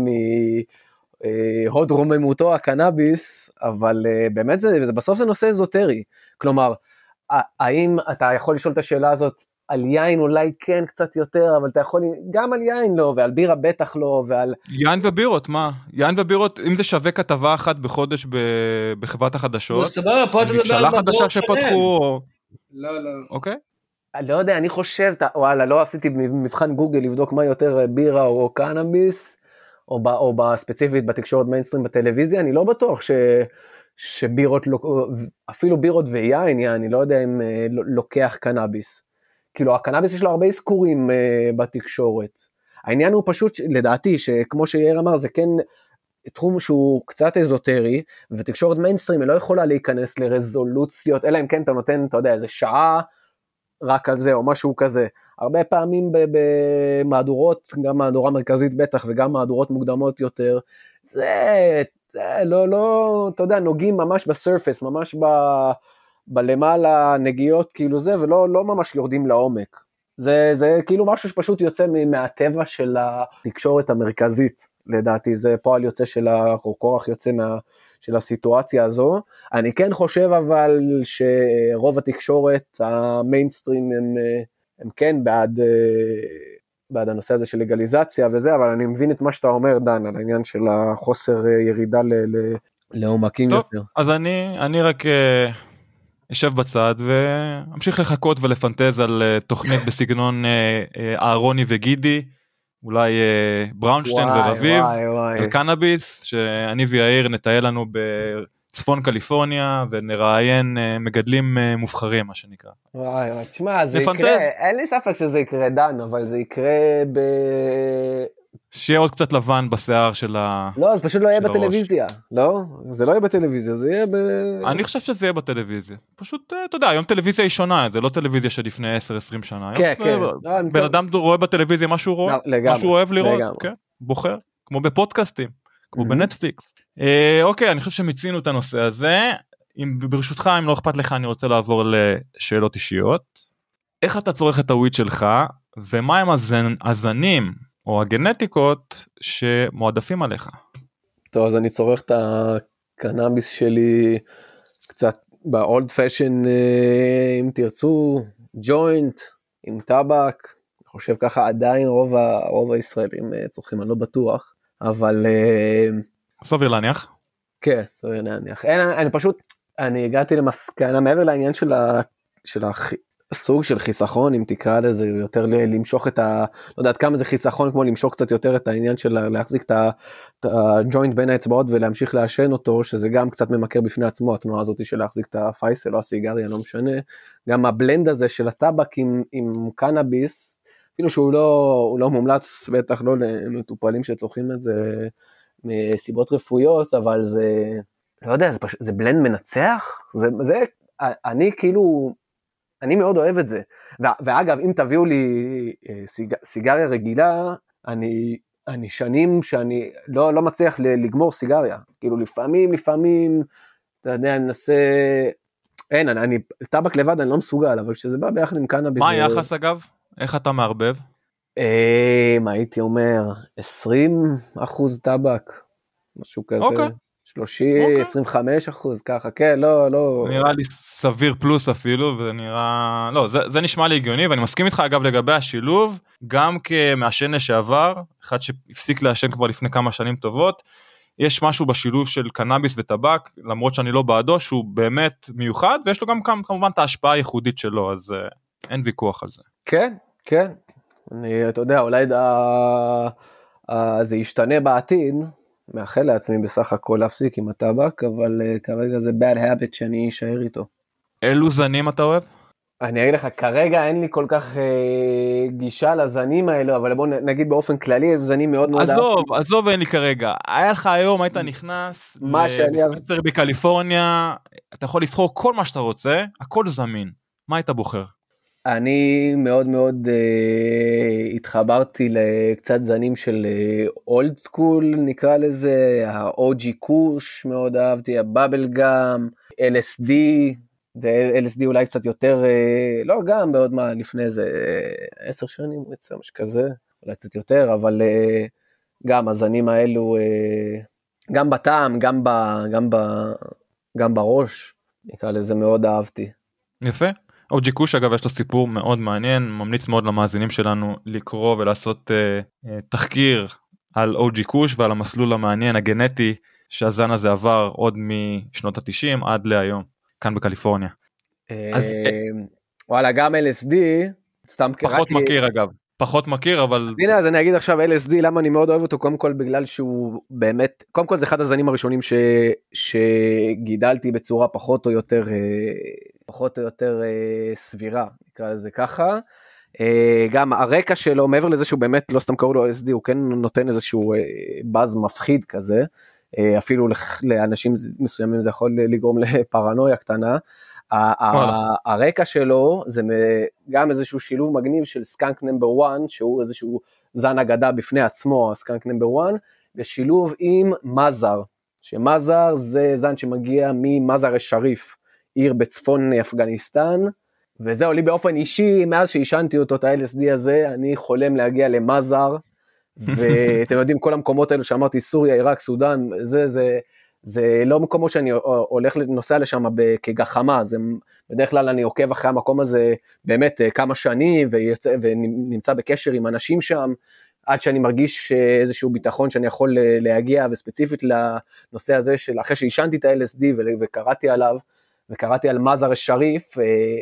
מהוד רוממותו הקנאביס, אבל באמת זה, זה, בסוף זה נושא אזוטרי. כלומר, האם אתה יכול לשאול את השאלה הזאת, על יין אולי כן קצת יותר, אבל אתה יכול, גם על יין לא, ועל בירה בטח לא, ועל... יין ובירות, מה? יין ובירות, אם זה שווה כתבה אחת בחודש בחברת החדשות, סבבה, פה אתה מדבר על חדשה שפתחו... לא, לא. אוקיי? אני לא יודע, אני חושב, וואלה, לא עשיתי מבחן גוגל לבדוק מה יותר בירה או קנאביס, או, או בספציפית בתקשורת מיינסטרים בטלוויזיה, אני לא בטוח ש... שבירות, אפילו בירות ויין, אני לא יודע אם לוקח קנאביס. כאילו, הקנאביס יש לו הרבה אזכורים uh, בתקשורת. העניין הוא פשוט, לדעתי, שכמו שיאיר אמר, זה כן תחום שהוא קצת אזוטרי, ותקשורת מיינסטרים היא לא יכולה להיכנס לרזולוציות, אלא אם כן אתה נותן, אתה יודע, איזה שעה רק על זה, או משהו כזה. הרבה פעמים במהדורות, גם מהדורה מרכזית בטח, וגם מהדורות מוקדמות יותר, זה, זה לא, לא, אתה יודע, נוגעים ממש בסרפס, ממש ב... בלמעלה נגיעות כאילו זה, ולא לא ממש יורדים לעומק. זה, זה כאילו משהו שפשוט יוצא מהטבע של התקשורת המרכזית, לדעתי, זה פועל יוצא של הכורח יוצא מה, של הסיטואציה הזו. אני כן חושב אבל שרוב התקשורת, המיינסטרים, הם, הם כן בעד, בעד הנושא הזה של לגליזציה וזה, אבל אני מבין את מה שאתה אומר, דן, על העניין של החוסר ירידה ל, ל, לעומקים טוב, יותר. אז אני, אני רק... יושב בצד ואמשיך לחכות ולפנטז על תוכנית בסגנון אהרוני וגידי, אולי בראונשטיין ורביב, על קנאביס, שאני ויאיר נטייל לנו בצפון קליפורניה, ונראיין מגדלים מובחרים, מה שנקרא. וואי וואי, תשמע, זה יקרה, אין לי ספק שזה יקרה, דן, אבל זה יקרה ב... שיהיה עוד קצת לבן בשיער של ה... לא, זה פשוט לא יהיה בטלוויזיה, לא? זה לא יהיה בטלוויזיה, זה יהיה ב... אני חושב שזה יהיה בטלוויזיה. פשוט, אתה יודע, היום טלוויזיה היא שונה, זה לא טלוויזיה שלפני עשר עשרים שנה. כן, כן. בן אדם רואה בטלוויזיה מה שהוא רואה, מה שהוא אוהב לראות, בוחר, כמו בפודקאסטים, כמו בנטפליקס. אוקיי, אני חושב שמיצינו את הנושא הזה. ברשותך, אם לא אכפת לך, אני רוצה לעבור לשאלות אישיות. איך אתה צורך את הוויד שלך, ומה הם הזנים או הגנטיקות שמועדפים עליך? טוב, אז אני צורך את הקנאביס שלי קצת באולד פשן, אם תרצו, ג'וינט, עם טבק, אני חושב ככה עדיין רוב, רוב הישראלים צורכים, אני לא בטוח, אבל... סביר להניח. כן, סביר להניח. אין, אני פשוט, אני הגעתי למסקנה, מעבר לעניין של ה... של הח... סוג של חיסכון, אם תקרא לזה יותר למשוך את ה... לא יודעת כמה זה חיסכון, כמו למשוך קצת יותר את העניין של להחזיק את הג'וינט בין האצבעות ולהמשיך לעשן אותו, שזה גם קצת ממכר בפני עצמו, התנועה הזאת של להחזיק את הפייסל או הסיגריה, לא משנה. גם הבלנד הזה של הטבק עם, עם קנאביס, אפילו שהוא לא, הוא לא מומלץ, בטח לא למטופלים שצורכים את זה מסיבות רפואיות, אבל זה, לא יודע, זה, פש... זה בלנד מנצח, זה, זה, אני כאילו... אני מאוד אוהב את זה, ואגב, אם תביאו לי סיג... סיגריה רגילה, אני, אני שנים שאני לא, לא מצליח לגמור סיגריה, כאילו לפעמים, לפעמים, אתה יודע, אני מנסה, אין, אני, אני טבק לבד אני לא מסוגל, אבל כשזה בא ביחד עם קנאביס... מה היחס אגב? איך אתה מערבב? אה, מה הייתי אומר, עשרים אחוז טבק, משהו כזה. אוקיי. שלושים, עשרים וחמישה אחוז, ככה, כן, לא, לא. נראה לי סביר פלוס אפילו, ונראה, לא, זה, זה נשמע לי הגיוני, ואני מסכים איתך אגב לגבי השילוב, גם כמעשן לשעבר, אחד שהפסיק לעשן כבר לפני כמה שנים טובות, יש משהו בשילוב של קנאביס וטבק, למרות שאני לא בעדו, שהוא באמת מיוחד, ויש לו גם כמובן את ההשפעה הייחודית שלו, אז uh, אין ויכוח על זה. כן, כן, אני, אתה יודע, אולי דה, uh, זה ישתנה בעתיד, מאחל לעצמי בסך הכל להפסיק עם הטבק, אבל uh, כרגע זה bad habit שאני אשאר איתו. אילו זנים אתה אוהב? אני אגיד לך, כרגע אין לי כל כך uh, גישה לזנים האלו, אבל בוא נגיד באופן כללי, איזה זנים מאוד מאוד... עזוב, עזוב אין לי כרגע. היה לך היום, היית נכנס לספצר בקליפורניה, אתה יכול לבחור כל מה שאתה רוצה, הכל זמין. מה היית בוחר? אני מאוד מאוד uh, התחברתי לקצת זנים של אולד uh, סקול, נקרא לזה, ה-או ג'י קוש מאוד אהבתי, הבאבל גאם, אל אס די, אל אס די אולי קצת יותר, לא גם בעוד מה, לפני איזה עשר שנים, משהו כזה, אולי קצת יותר, אבל גם הזנים האלו, גם בטעם, גם, ב, גם, ב, גם בראש, נקרא לזה מאוד אהבתי. יפה. או ג'י קוש אגב יש לו סיפור מאוד מעניין, ממליץ מאוד למאזינים שלנו לקרוא ולעשות uh, uh, תחקיר על או ג'י קוש ועל המסלול המעניין הגנטי שהזן הזה עבר עוד משנות ה-תשעים עד להיום, כאן בקליפורניה. אז, וואלה, גם אל אס די, סתם פחות מכיר אגב, פחות מכיר, אבל... אז הנה, אז אני אגיד עכשיו אל אס די, למה אני מאוד אוהב אותו, קודם כל בגלל שהוא באמת, קודם כל זה אחד הזנים הראשונים ש... שגידלתי בצורה פחות או יותר, פחות או יותר סבירה, נקרא לזה ככה. גם הרקע שלו, מעבר לזה שהוא באמת לא סתם קראו לו אל אס די, הוא כן נותן איזשהו באז מפחיד כזה, אפילו לאנשים מסוימים זה יכול לגרום לפרנויה קטנה. הרקע שלו זה גם איזשהו שילוב מגניב של סקאנק נאמבר אחת, שהוא איזשהו זן אגדה בפני עצמו, הסקאנק נאמבר אחת, ושילוב עם מזר, שמזר זה זן שמגיע ממזר א-שריף, עיר בצפון אפגניסטן, וזה עולי באופן אישי, מאז שהשנתי אותו את ה-אל אס די הזה, אני חולם להגיע למזר, ואתם יודעים כל המקומות האלו שאמרתי, סוריה, עיראק, סודן, זה זה... זה לא מקומות שאני הולך לנוסע לשם כגחמה, זה בדרך כלל אני עוקב אחרי המקום הזה באמת כמה שנים, ויצא, ונמצא בקשר עם אנשים שם, עד שאני מרגיש איזשהו ביטחון שאני יכול להגיע, וספציפית לנושא הזה של אחרי שהשנתי את ה-אל אס די וקראתי עליו, וקראתי על מזר א-שריף,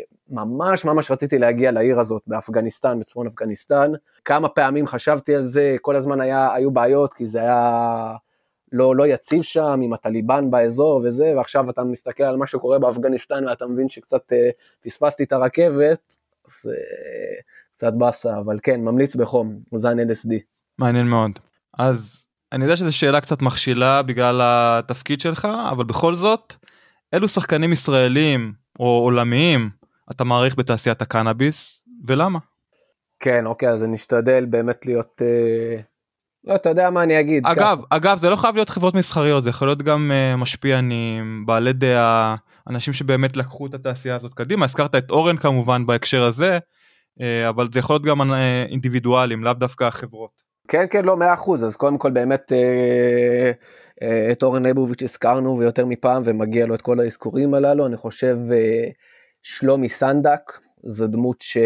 ממש ממש רציתי להגיע לעיר הזאת באפגניסטן, בצפון אפגניסטן, כמה פעמים חשבתי על זה, כל הזמן היה, היו בעיות, כי זה היה... לא, לא יציב שם עם הטליבן באזור וזה, ועכשיו אתה מסתכל על מה שקורה באפגניסטן, ואתה מבין שקצת אה, פספסתי את הרכבת, אז אה, קצת בסה, אבל כן, ממליץ בחום, זן אל אס די. מעניין מאוד. אז אני יודע שזו שאלה קצת מכשילה בגלל התפקיד שלך, אבל בכל זאת, אילו שחקנים ישראלים או עולמיים אתה מעריך בתעשיית הקנאביס, ולמה? כן, אוקיי, אז אני אשתדל באמת להיות... אה... לא, אתה יודע מה אני אגיד. אגב, כך. אגב, זה לא חייב להיות חברות מסחריות, זה יכול להיות גם uh, משפיענים, בעלי דעה, אנשים שבאמת לקחו את התעשייה הזאת קדימה, הזכרת את אורן כמובן בהקשר הזה, uh, אבל זה יכול להיות גם uh, אינדיבידואלים, לאו דווקא החברות. כן, כן, לא, מאה אחוז, אז קודם כל באמת uh, uh, את אורן ליבוביץ' הזכרנו ויותר מפעם, ומגיע לו את כל האזכורים הללו, אני חושב uh, שלומי סנדק, זו דמות ש...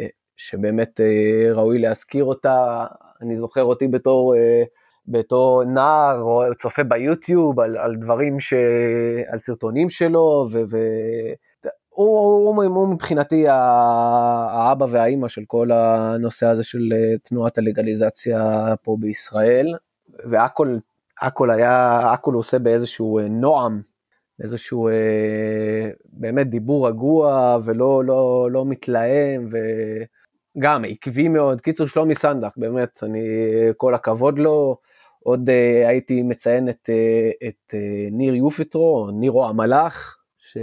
שבאמת uh, ראוי להזכיר אותה, אני זוכר אותי בתור, בתור נער, או צופה ביוטיוב, על, על דברים ש... על סרטונים שלו, ו... ו... הוא, הוא, הוא מבחינתי האבא והאימא של כל הנושא הזה של תנועת הלגליזציה פה בישראל, והכל, הכל היה, הכל הוא עושה באיזשהו נועם, איזשהו באמת דיבור רגוע, ולא לא, לא מתלהם, ו... גם עקבי מאוד, קיצור שלומי סנדק, באמת, אני, כל הכבוד לו, עוד uh, הייתי מציין את, uh, את uh, ניר יופטרו, נירו המלאך,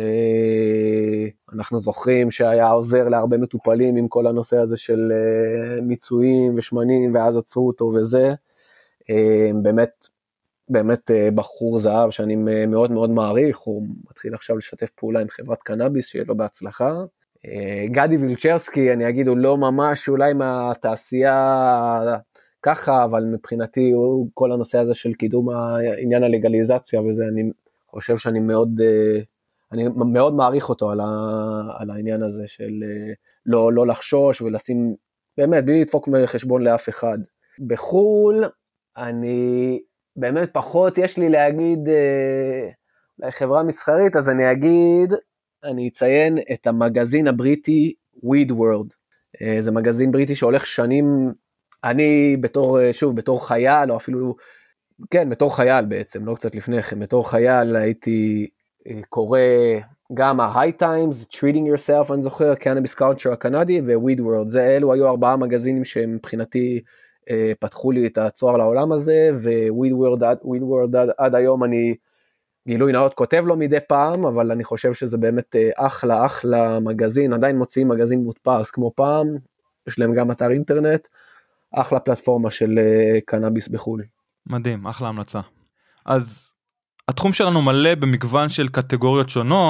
שאנחנו זוכרים שהיה עוזר להרבה מטופלים עם כל הנושא הזה של uh, מיצויים ושמנים, ואז עצרו אותו וזה, uh, באמת, באמת uh, בחור זהב שאני מאוד מאוד מעריך, הוא מתחיל עכשיו לשתף פעולה עם חברת קנאביס, שיהיה לו בהצלחה, גדי וילצ'רסקי, אני אגיד, הוא לא ממש אולי מהתעשייה ככה, אבל מבחינתי הוא כל הנושא הזה של קידום העניין הלגליזציה, וזה אני חושב שאני מאוד, אני מאוד מעריך אותו על, ה, על העניין הזה של לא, לא לחשוש ולשים, באמת, בלי לדפוק מחשבון לאף אחד. בחול, אני באמת פחות יש לי להגיד, אולי חברה מסחרית, אז אני אגיד, אני אציין את המגזין הבריטי Weed World, זה מגזין בריטי שהולך שנים, אני בתור, שוב, בתור חייל, או אפילו, כן, בתור חייל בעצם, לא קצת לפני כן, בתור חייל הייתי קורא גם ה-High Times, Treating Yourself, אני זוכר, Cannabis Culture הקנדי, ו-Weed World, זה אלו היו ארבעה מגזינים שמבחינתי פתחו לי את הצוהר לעולם הזה, ו-Weed World, Weed World עד, עד היום אני, גילוי נאות כותב לו מדי פעם, אבל אני חושב שזה באמת אחלה, אחלה מגזין, עדיין מוציאים מגזין מודפס כמו פעם, יש להם גם אתר אינטרנט, אחלה פלטפורמה של קנאביס בחול. מדהים, אחלה המלצה. אז התחום שלנו מלא במגוון של קטגוריות שונות,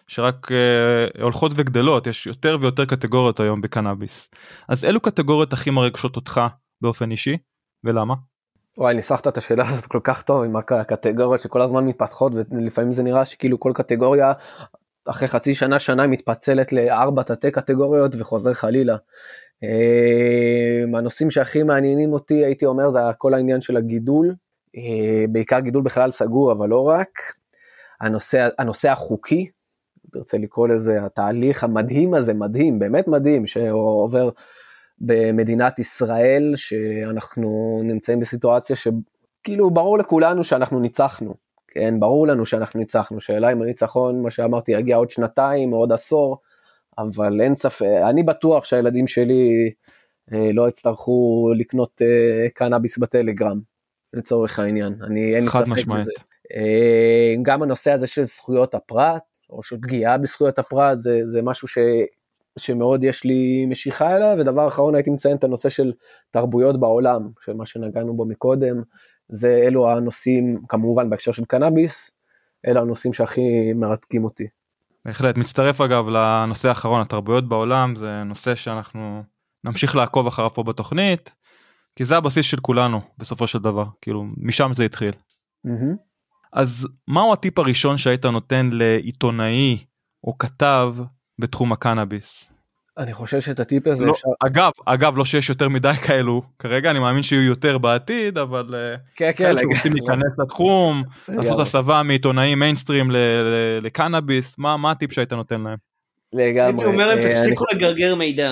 שרק uh, הולכות וגדלות, יש יותר ויותר קטגוריות היום בקנאביס. אז אילו קטגוריות הכי מרגשות אותך באופן אישי, ולמה? וואי, ניסחת את השאלה הזאת כל כך טוב, עם הקטגוריות שכל הזמן מתפתחות, ולפעמים זה נראה שכאילו כל קטגוריה, אחרי חצי שנה, שנה, מתפצלת לארבע תתי קטגוריות, וחוזר חלילה. הנושאים שהכי מעניינים אותי, הייתי אומר, זה כל העניין של הגידול, בעיקר גידול בכלל סגור, אבל לא רק. הנושא, הנושא החוקי, תרצה לקרוא לזה, התהליך המדהים הזה, מדהים, באמת מדהים, שעובר במדינת ישראל, שאנחנו נמצאים בסיטואציה שכאילו ברור לכולנו שאנחנו ניצחנו, כן, ברור לנו שאנחנו ניצחנו, שאלה אם הניצחון, מה שאמרתי, יגיע עוד שנתיים או עוד עשור, אבל אין ספק, אני בטוח שהילדים שלי אה, לא יצטרכו לקנות אה, קנאביס בטלגרם, לצורך העניין, אני אין לי ספק משמעית. בזה. אה, גם הנושא הזה של זכויות הפרט, או של פגיעה בזכויות הפרט, זה, זה משהו ש... שמאוד יש לי משיכה אליו, ודבר אחרון הייתי מציין את הנושא של תרבויות בעולם, של מה שנגענו בו מקודם, זה אלו הנושאים, כמובן בהקשר של קנאביס, אלו הנושאים שהכי מרתקים אותי. בהחלט, מצטרף אגב לנושא האחרון, התרבויות בעולם, זה נושא שאנחנו נמשיך לעקוב אחריו פה בתוכנית, כי זה הבסיס של כולנו, בסופו של דבר, כאילו, משם זה התחיל. Mm-hmm. אז מהו הטיפ הראשון שהיית נותן לעיתונאי או כתב בתחום הקנאביס? אני חושב שאת הטיפ הזה לא, אפשר... אגב, אגב, לא שיש יותר מדי כאלו, כרגע אני מאמין שיהיו יותר בעתיד, אבל כן, כן, שרוצים להיכנס לתחום, לעשות הסבה מעיתונאים מיינסטרים לקנאביס, מה, מה הטיפ שהיית נותן להם? לגמרי. הייתי אומר להם, תפסיקו לגרגר מידע.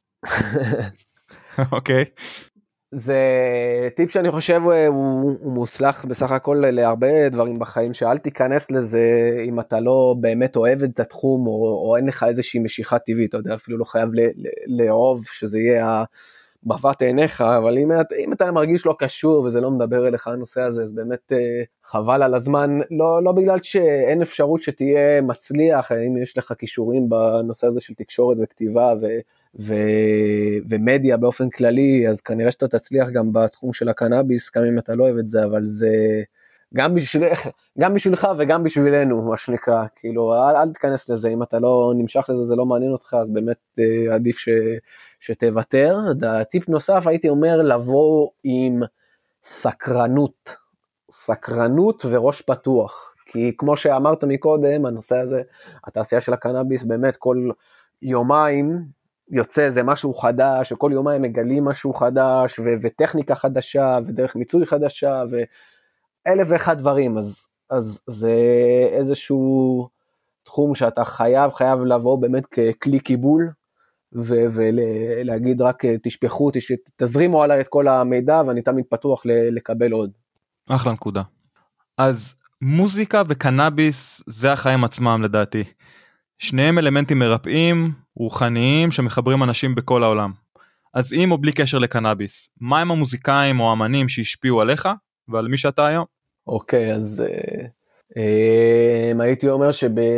אוקיי. זה טיפ שאני חושב הוא, הוא מוצלח בסך הכל להרבה דברים בחיים, שאל תיכנס לזה אם אתה לא באמת אוהב את התחום, או, או אין לך איזושהי משיכה טבעית, אתה יודע, אפילו לא חייב ל, ל, לאהוב שזה יהיה בבת עיניך, אבל אם, אם אתה מרגיש לא קשור וזה לא מדבר אליך הנושא הזה, אז באמת חבל על הזמן, לא, לא בגלל שאין אפשרות שתהיה מצליח, אם יש לך קישורים בנושא הזה של תקשורת וכתיבה ו... ו... ומדיה באופן כללי, אז כנראה שאתה תצליח גם בתחום של הקנאביס, גם אם אתה לא אוהב את זה, אבל זה גם בשבילך, גם בשבילך וגם בשבילנו, מה שנקרא, כאילו, אל, אל תיכנס לזה, אם אתה לא נמשך לזה, זה לא מעניין אותך, אז באמת אה, עדיף ש... שתוותר. טיפ נוסף, הייתי אומר, לבוא עם סקרנות, סקרנות וראש פתוח, כי כמו שאמרת מקודם, הנושא הזה, התעשייה של הקנאביס, באמת כל יומיים, יוצא זה משהו חדש, וכל יומיים מגלים משהו חדש, ו- וטכניקה חדשה, ודרך מיצוי חדשה, ואלף ואחד דברים, אז, אז זה איזשהו תחום שאתה חייב, חייב לבוא באמת ככלי קיבול, ו- ולהגיד רק תשפחו, תש- תזרימו עליי את כל המידע, ואני תמיד פתוח ל- לקבל עוד. אחלה נקודה. אז מוזיקה וקנאביס זה החיים עצמם לדעתי. שניהם אלמנטים מרפאים, רוחניים, שמחברים אנשים בכל העולם. אז עם או בלי קשר לקנאביס, מה הם המוזיקאים או האמנים שהשפיעו עליך, ועל מי שאתה היום? אוקיי, אז אה, אה, הייתי אומר שבגיל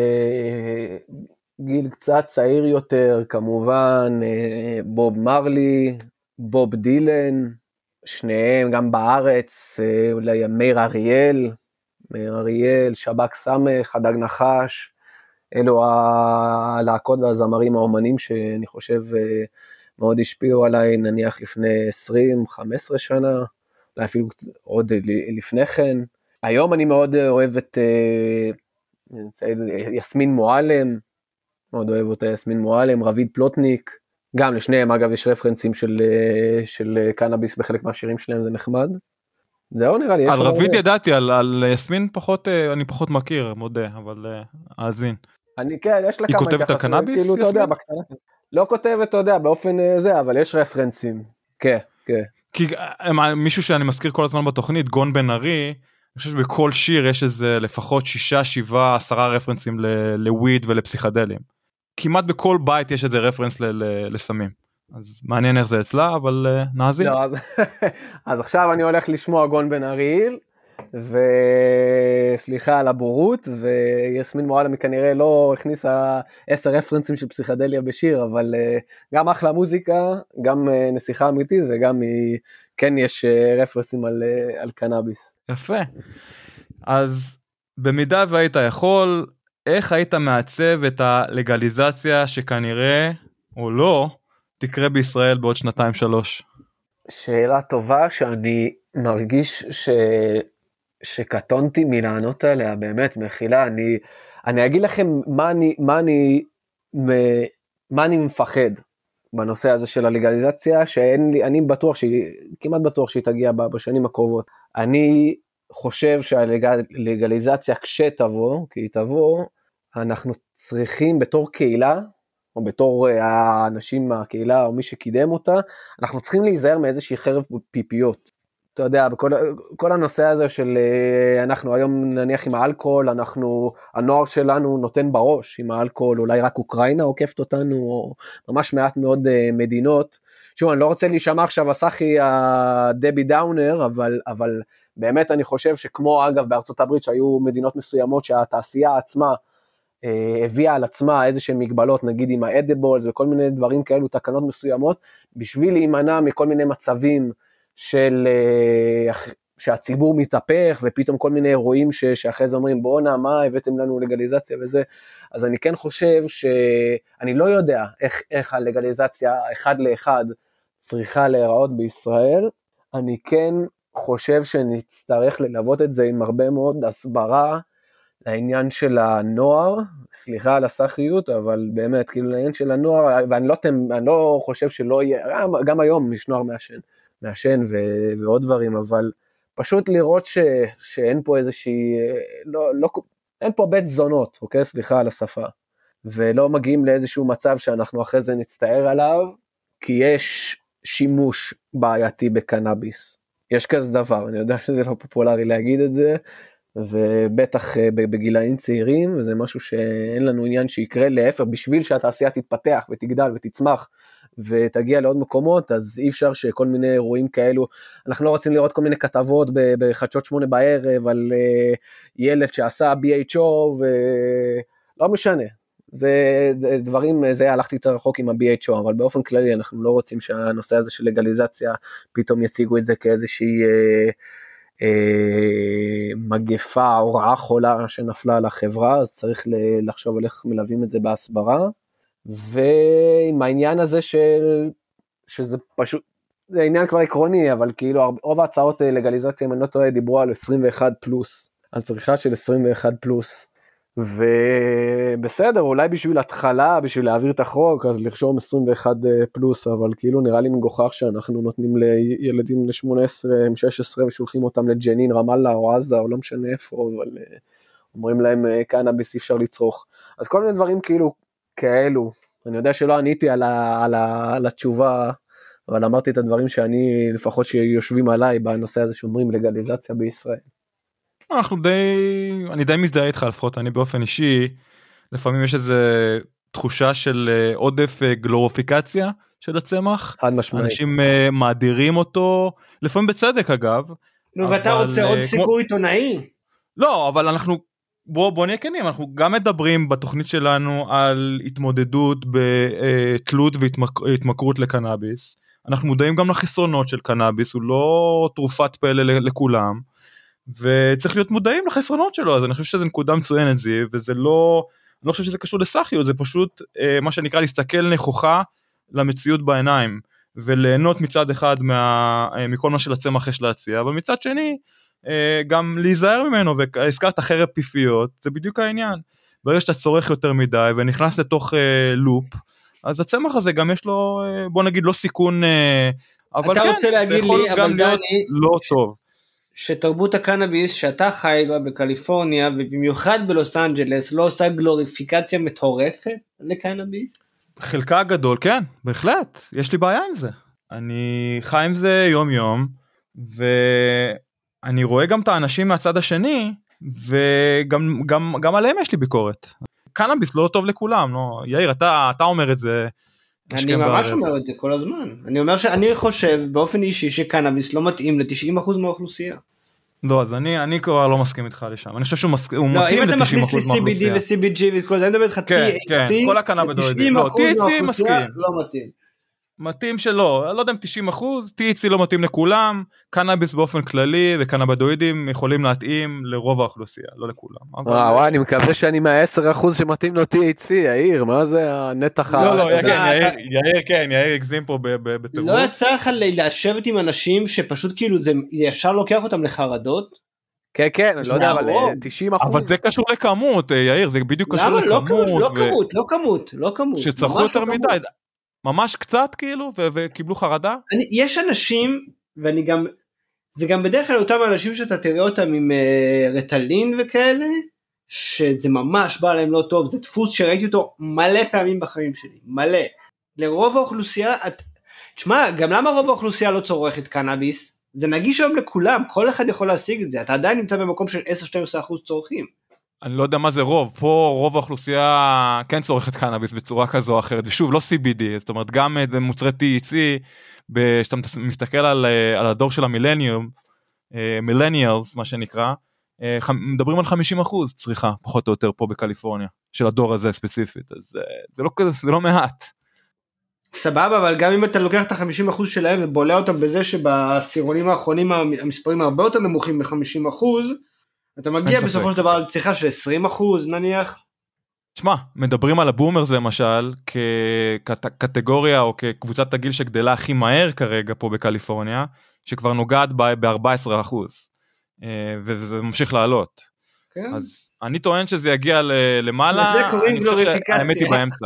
קצת צעיר יותר, כמובן, אה, בוב מרלי, בוב דילן, שניהם גם בארץ, אה, אולי מאיר אריאל, מאיר אריאל, שבק סמך, הדג נחש, אלו הלהקות והזמרים האומנים שאני חושב מאוד השפיעו עליי, נניח לפני עשרים חמש עשרה שנה, אולי אפילו עוד לפני כן. היום אני מאוד אוהב את יסמין מועלם, מאוד אוהב אותה יסמין מועלם, רביד פלוטניק, גם לשניהם אגב יש רפרנסים של, של קנאביס בחלק מהשירים שלהם, זה נחמד. זהו נראה לי. על רביד ידעתי, על, על יסמין פחות, אני פחות מכיר, מודה, אבל האזין. אני כן, יש לה כמה... היא כותבת על קנאביס? כאילו, אתה יודע, בקטנה. לא כותבת, אתה יודע, באופן זה, אבל יש רפרנסים. כן, כן. כי מישהו שאני מזכיר כל הזמן בתוכנית, גון בן ארי, אני חושב שבכל שיר יש איזה לפחות שישה, שבעה, עשרה רפרנסים לוויד ולפסיכדלים. כמעט בכל בית יש איזה רפרנס לסמים. אז מעניין איך זה אצלה, אבל נעזין. לא, אז, אז עכשיו אני הולך לשמוע גון בן ארי, וסליחה על הבורות, ויסמין מועלם כנראה לא הכניסה עשר רפרנסים של פסיכדליה בשיר, אבל גם אחלה מוזיקה, גם נסיכה אמיתית, וגם כן יש רפרנסים על, על קנאביס. יפה. אז במידה והיית יכול, איך היית מעצב את הלגליזציה שכנראה, או לא, תקרה בישראל בעוד שנתיים שלוש? שאלה טובה שאני מרגיש ש... שקטונתי מלענות עליה, באמת, מחילה, אני, אני אגיד לכם מה אני, מה אני, מה אני מפחד בנושא הזה של הלגליזציה, שאין לי, אני בטוח שהיא, כמעט בטוח שהיא תגיע בשנים הקרובות. אני חושב שהלגליזציה כשתבוא, כי היא תבוא, אנחנו צריכים בתור קהילה, או בתור האנשים מהקהילה, או מי שקידם אותה, אנחנו צריכים להיזהר מאיזושהי חרב פיפיות. אתה יודע, בכל, כל הנושא הזה של אנחנו היום נניח עם האלכוהול, אנחנו, הנוער שלנו נותן בראש עם האלכוהול, אולי רק אוקראינה עוקפת אותנו, או ממש מעט מאוד מדינות. שוב, אני לא רוצה להישמע עכשיו הסחי הדבי דאונר, אבל, אבל באמת אני חושב שכמו אגב בארצות הברית, שהיו מדינות מסוימות שהתעשייה עצמה, הביאה על עצמה איזושהי מגבלות, נגיד עם האדיבולס וכל מיני דברים כאלו, תקנות מסוימות, בשביל להימנע מכל מיני מצבים של, שהציבור מתהפך, ופתאום כל מיני אירועים ש, שאחרי זה אומרים, בוא נה, מה הבאתם לנו לגליזציה וזה, אז אני כן חושב שאני לא יודע איך, איך הלגליזציה אחד לאחד צריכה להיראות בישראל, אני כן חושב שנצטרך ללוות את זה עם הרבה מאוד הסברה, לעניין של הנוער, סליחה על הסחיות, אבל באמת, כאילו לעניין של הנוער, ואני לא, אני לא חושב שלא יהיה, גם היום יש נוער מעשן, מעשן ו- ועוד דברים, אבל פשוט לראות ש- שאין פה איזושהי, לא, לא, אין פה בית זונות, אוקיי? סליחה על השפה, ולא מגיעים לאיזשהו מצב שאנחנו אחרי זה נצטער עליו, כי יש שימוש בעייתי בקנאביס. יש כזה דבר, אני יודע שזה לא פופולרי להגיד את זה, ובטח בגילאים צעירים, וזה משהו שאין לנו עניין שיקרה, להפך, בשביל שהתעשייה תתפתח ותגדל ותצמח, ותגיע לעוד מקומות, אז אי אפשר שכל מיני אירועים כאלו, אנחנו לא רוצים לראות כל מיני כתבות בחדשות שמונה בערב, על ילד שעשה בי אייץ' או, ולא משנה, זה דברים, זה הלכתי קצת רחוק עם ה-בי אייץ' או, אבל באופן כללי אנחנו לא רוצים שהנושא הזה של לגליזציה, פתאום יציגו את זה כאיזושהי מגפה, הוראה חולה שנפלה על החברה, אז צריך לחשוב על איך מלווים את זה בהסברה, ועם העניין הזה של, שזה פשוט, זה עניין כבר עקרוני, אבל כאילו רוב ההצעות לגליזציה, אם אני לא טועה, דיברו על עשרים ואחת פלוס, על צריכה של עשרים ואחת פלוס, ובסדר, אולי בשביל התחלה, בשביל להעביר את החוק, אז לרשום עשרים ואחת פלוס, אבל כאילו נראה לי מגוחך שאנחנו נותנים לילדים ל-שמונה עשרה, שש עשרה, ושולחים אותם לג'נין, רמאללה או עזה, או לא משנה איפה, אבל אומרים להם קנאביס אי אפשר לצרוך. אז כל מיני דברים כאילו כאלו, אני יודע שלא עניתי על, ה, על, ה, על התשובה, אבל אמרתי את הדברים שאני, לפחות שיושבים עליי, בנושא הזה שאומרים לגליזציה בישראל. אנחנו די, אני די מזדהה איתך לפחות, אני באופן אישי, לפעמים יש איזו תחושה של עודף גלוריפיקציה של הצמח, חד משמעית. אנשים מאדירים אותו, לפעמים בצדק אגב. נו, ואתה רוצה עוד סיקור עיתונאי? לא, אבל אנחנו, בוא, בוא נהיה כנים, אנחנו גם מדברים בתוכנית שלנו על התמודדות בתלות והתמכרות לקנאביס, אנחנו מודעים גם לחסרונות של קנאביס, הוא לא תרופת פלא לכולם, וצריך להיות מודעים לחסרונות שלו, אז אני חושב שזה נקודה מצוינת זיו, וזה לא, אני לא חושב שזה קשור לסחיות, זה פשוט אה, מה שנקרא להסתכל נכוחה למציאות בעיניים, וליהנות מצד אחד מה, אה, מכל מה שלצמח יש להציע, אבל מצד שני, אה, גם להיזהר ממנו, והזכרת חרב פיפיות, זה בדיוק העניין, ברגע שאתה צורך יותר מדי, ונכנס לתוך אה, לופ, אז הצמח הזה גם יש לו, אה, בוא נגיד, לא סיכון, אה, אבל אתה כן, רוצה להגיד זה יכול לי, גם להיות דני, לא ש... טוב. שתרבות הקנאביס שאתה חי בה בקליפורניה, ובמיוחד בלוס אנג'לס, לא עושה גלוריפיקציה מטורפת לקנאביס? חלקה הגדול, כן, בהחלט, יש לי בעיה עם זה. אני חי עם זה יום יום, ואני רואה גם את האנשים מהצד השני, וגם גם, גם עליהם יש לי ביקורת. קנאביס לא טוב לכולם, לא? יאיר, אתה, אתה אומר את זה. אני ממש אומר את זה כל הזמן. אני אומר שאני חושב באופן אישי שקנאביס לא מתאים ל-תשעים אחוז מהאוכלוסייה. לא, אז אני, אני כבר לא מסכים איתך לשם. אני חושב שהוא מתאים ל-תשעים אחוז מהאוכלוסייה. אם אתה מכניס לי סי בי די ו-סי בי ג'י וכל זה, אני מדבר איתך כן, כן, כל הקנאבידוידים. תשעים אחוז מהאוכלוסייה לא מתאים. מתאים שלא, לא יודע אם תשעים אחוז, טי אייץ' סי לא מתאים לכולם, קנאביס באופן כללי וקנאבדואידים יכולים להתאים לרוב האוכלוסייה, לא לכולם. וואו, אני מקווה שאני מה-עשרה אחוז שמתאים לו טי אייץ' סי, יאיר, מה זה הנתח ה... לא, לא, יאיר כן, יאיר הגזים פה בטירוף. לא יצא לך לשבת עם אנשים שפשוט כאילו זה ישר לוקח אותם לחרדות? כן, כן, אני לא יודע, אבל תשעים אחוז. אבל זה קשור לכמות, יאיר, זה בדיוק קשור לכמות. למה? לא כמות, לא כמות, לא כמות. שצרכו יותר מדי. ממש קצת כאילו וקיבלו חרדה? אני, יש אנשים ואני גם זה גם בדרך כלל אותם אנשים שאתה תראה אותם עם uh, רטלין וכאלה שזה ממש בא להם לא טוב, זה דפוס שראיתי אותו מלא פעמים בחיים שלי, מלא. לרוב האוכלוסייה, את... תשמע, גם למה רוב האוכלוסייה לא צורכת קנאביס? זה נגיש היום לכולם, כל אחד יכול להשיג את זה, אתה עדיין נמצא במקום של עשר עד שתים עשרה אחוז צורכים. אני לא יודע מה זה רוב, פה רוב האוכלוסייה כן צורכת קנאביס בצורה כזו או אחרת, ושוב לא סי בי די, זאת אומרת גם מוצרי טי אייץ' סי, כשאתה מסתכל על, על הדור של המילניום, מילניאלס מה שנקרא, מדברים על חמישים אחוז צריכה פחות או יותר פה בקליפורניה, של הדור הזה ספציפית, אז זה לא כזה, זה לא מעט. סבבה, אבל גם אם אתה לוקח את ה-חמישים אחוז שלהם ובולע אותם בזה שבסירונים האחרונים המספרים הרבה יותר נמוכים מ-חמישים אחוז, אתה מגיע בסופו של דבר על צריכה של עשרים אחוז נניח. תשמע, מדברים על הבומרס למשל כקטגוריה או כקבוצת הגיל שגדלה הכי מהר כרגע פה בקליפורניה, שכבר נוגעת ב-ארבעה עשר אחוז, וזה ממשיך לעלות. כן. אז אני טוען שזה יגיע למעלה, לזה קוראים גלוריפיקציה. האמת היא באמצע.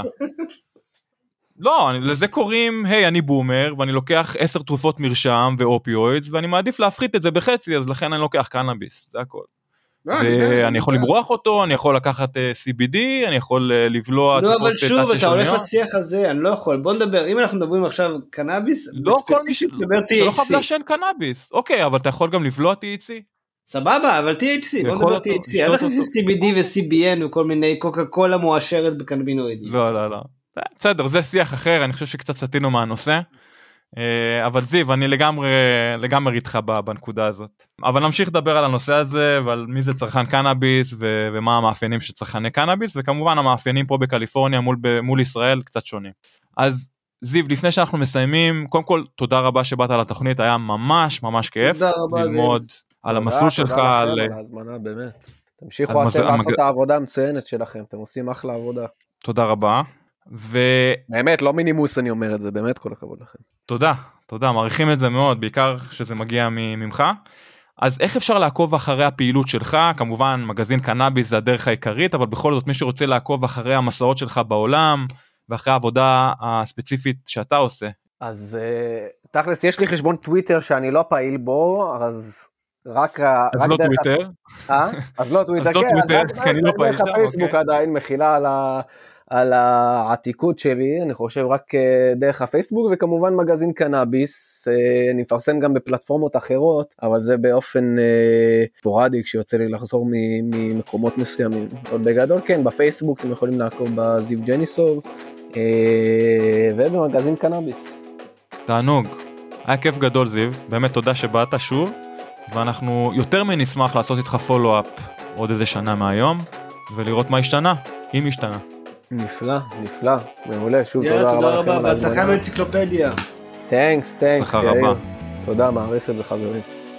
לא, לזה קוראים, היי, אני בומר, ואני לוקח עשר תרופות מרשם ואופיואידס, ואני מעדיף להפחית את זה בחצי, אז לכן אני לוקח קנאביס, זה הכל. ואני יכול למרוח אותו, אני יכול לקחת סי בי די, אני יכול לבלוע... לא, אבל שוב, אתה הולך לשיח הזה, אני לא יכול, בוא נדבר, אם אנחנו מדברים עכשיו קנאביס, לא כל מי ש... אתה לא חייב לעשן קנאביס, אוקיי, אבל אתה יכול גם לבלוע טי אייץ' סי. סבבה, אבל טי אייץ' סי, בוא נדבר טי אייץ' סי, אני חושב ש-סי בי די ו-סי בי אן וכל מיני קוקה קולה מואשרת בקנבינואידים. לא, לא, לא. בסדר, זה שיח אחר, אני חושב שקצת סטינו מהנושא. אבל זיו, אני לגמרי, לגמרי איתך בנקודה הזאת. אבל נמשיך לדבר על הנושא הזה, ועל מי זה צרכן קנאביס, ו- ומה המאפיינים של צרכני קנאביס, וכמובן המאפיינים פה בקליפורניה מול, מול ישראל קצת שונים. אז זיו, לפני שאנחנו מסיימים, קודם כל, תודה רבה שבאת על התוכנית, היה ממש ממש כיף ללמוד זיו. על המסלול שלך. תודה על... לכם על ההזמנה, באמת. תמשיכו אתם לעשות את העבודה המצוינת שלכם, אתם עושים אחלה עבודה. תודה רבה. ו... באמת, לא מינימוס אני אומר את זה, באמת כל הכבוד לכם. תודה, תודה, מעריכים את זה מאוד, בעיקר שזה מגיע ממך. אז איך אפשר לעקוב אחרי הפעילות שלך? כמובן, מגזין קנאביס זה הדרך העיקרית, אבל בכל זאת מי שרוצה לעקוב אחרי המסעות שלך בעולם, ואחרי העבודה הספציפית שאתה עושה. אז תכלס, יש לי חשבון טוויטר שאני לא פעיל בו, אז רק... אז לא טוויטר? אז לא טוויטר, כן, כי אני לא פעיל שם. הפייסבוק עדיין מכילה על ה... על העתיקות שלי, אני חושב רק דרך הפייסבוק, וכמובן מגזין קנאביס, אני מפרסם גם בפלטפורמות אחרות, אבל זה באופן ספורדי, כשיוצא לי לחזור ממקומות מסוימים. אבל בגדול כן, בפייסבוק אתם יכולים לעקוב בזיו ג'ניסוב, ובמגזין קנאביס. תענוג, היה כיף גדול זיו, באמת תודה שבאת שוב, ואנחנו יותר מנשמח לעשות איתך פולו-אפ עוד איזה שנה מהיום, ולראות מה השתנה, אם השתנה. נפלא, נפלא, מעולה, שוב תודה רבה. תודה רבה, בהצלחה באנציקלופדיה. תנקס, תנקס, יאיר. תודה, מעריך את זה חברים.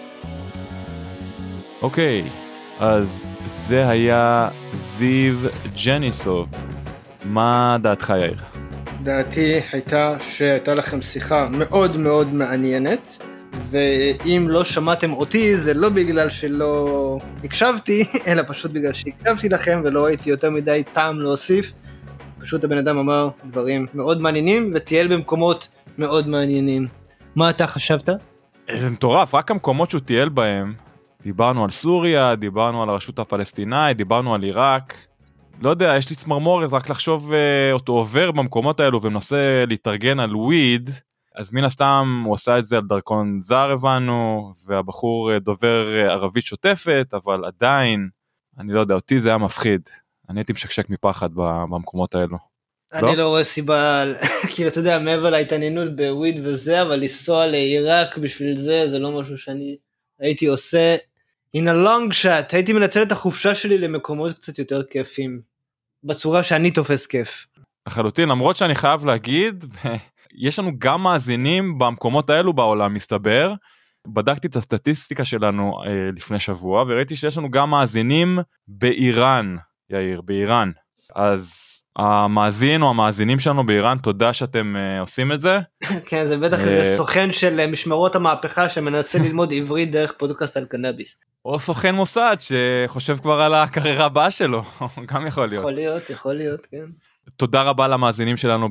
אוקיי, אז זה היה זיו ג'ניסוב. מה דעתך יאיר? דעתי הייתה שהייתה לכם שיחה מאוד מאוד מעניינת, ואם לא שמעתם אותי זה לא בגלל שלא הקשבתי, אלא פשוט בגלל שהקשבתי לכם ולא ראיתי יותר מדי טעם להוסיף. פשוט הבן אדם אמר דברים מאוד מעניינים וטייל במקומות מאוד מעניינים. מה אתה חשבת? זה מטורף, רק המקומות שהוא טייל בהם, דיברנו על סוריה, דיברנו על הרשות הפלסטינאית, דיברנו על עיראק, לא יודע, יש לי צמרמורת רק לחשוב אותו עובר במקומות האלו ומנסה להתארגן על וויד, אז מן הסתם הוא עשה את זה על דרכון זר הבנו, והבחור דובר ערבית שוטפת, אבל עדיין, אני לא יודע, אותי זה היה מפחיד. אני הייתי משקשק מפחד במקומות האלו. אני לא רואה סיבה, כאילו אתה יודע, מעבר להתעניינות בוויד וזה, אבל לנסוע לעיראק בשביל זה, זה לא משהו שאני הייתי עושה. in a long shot, הייתי מנצל את החופשה שלי למקומות קצת יותר כיפים, בצורה שאני תופס כיף. לחלוטין, למרות שאני חייב להגיד, יש לנו גם מאזינים במקומות האלו בעולם, מסתבר. בדקתי את הסטטיסטיקה שלנו אה, לפני שבוע, וראיתי שיש לנו גם מאזינים באיראן, יאיר, באיראן. אז המאזין או המאזינים שלנו באיראן, תודה שאתם uh, עושים את זה. כן, זה בטח איזה סוכן של משמרות המהפכה שמנסה ללמוד עברית דרך פודקאסט על קנאביס. או סוכן מוסד שחושב כבר על הקריירה הבאה שלו, גם יכול להיות. יכול להיות, יכול להיות, כן. תודה רבה למאזינים שלנו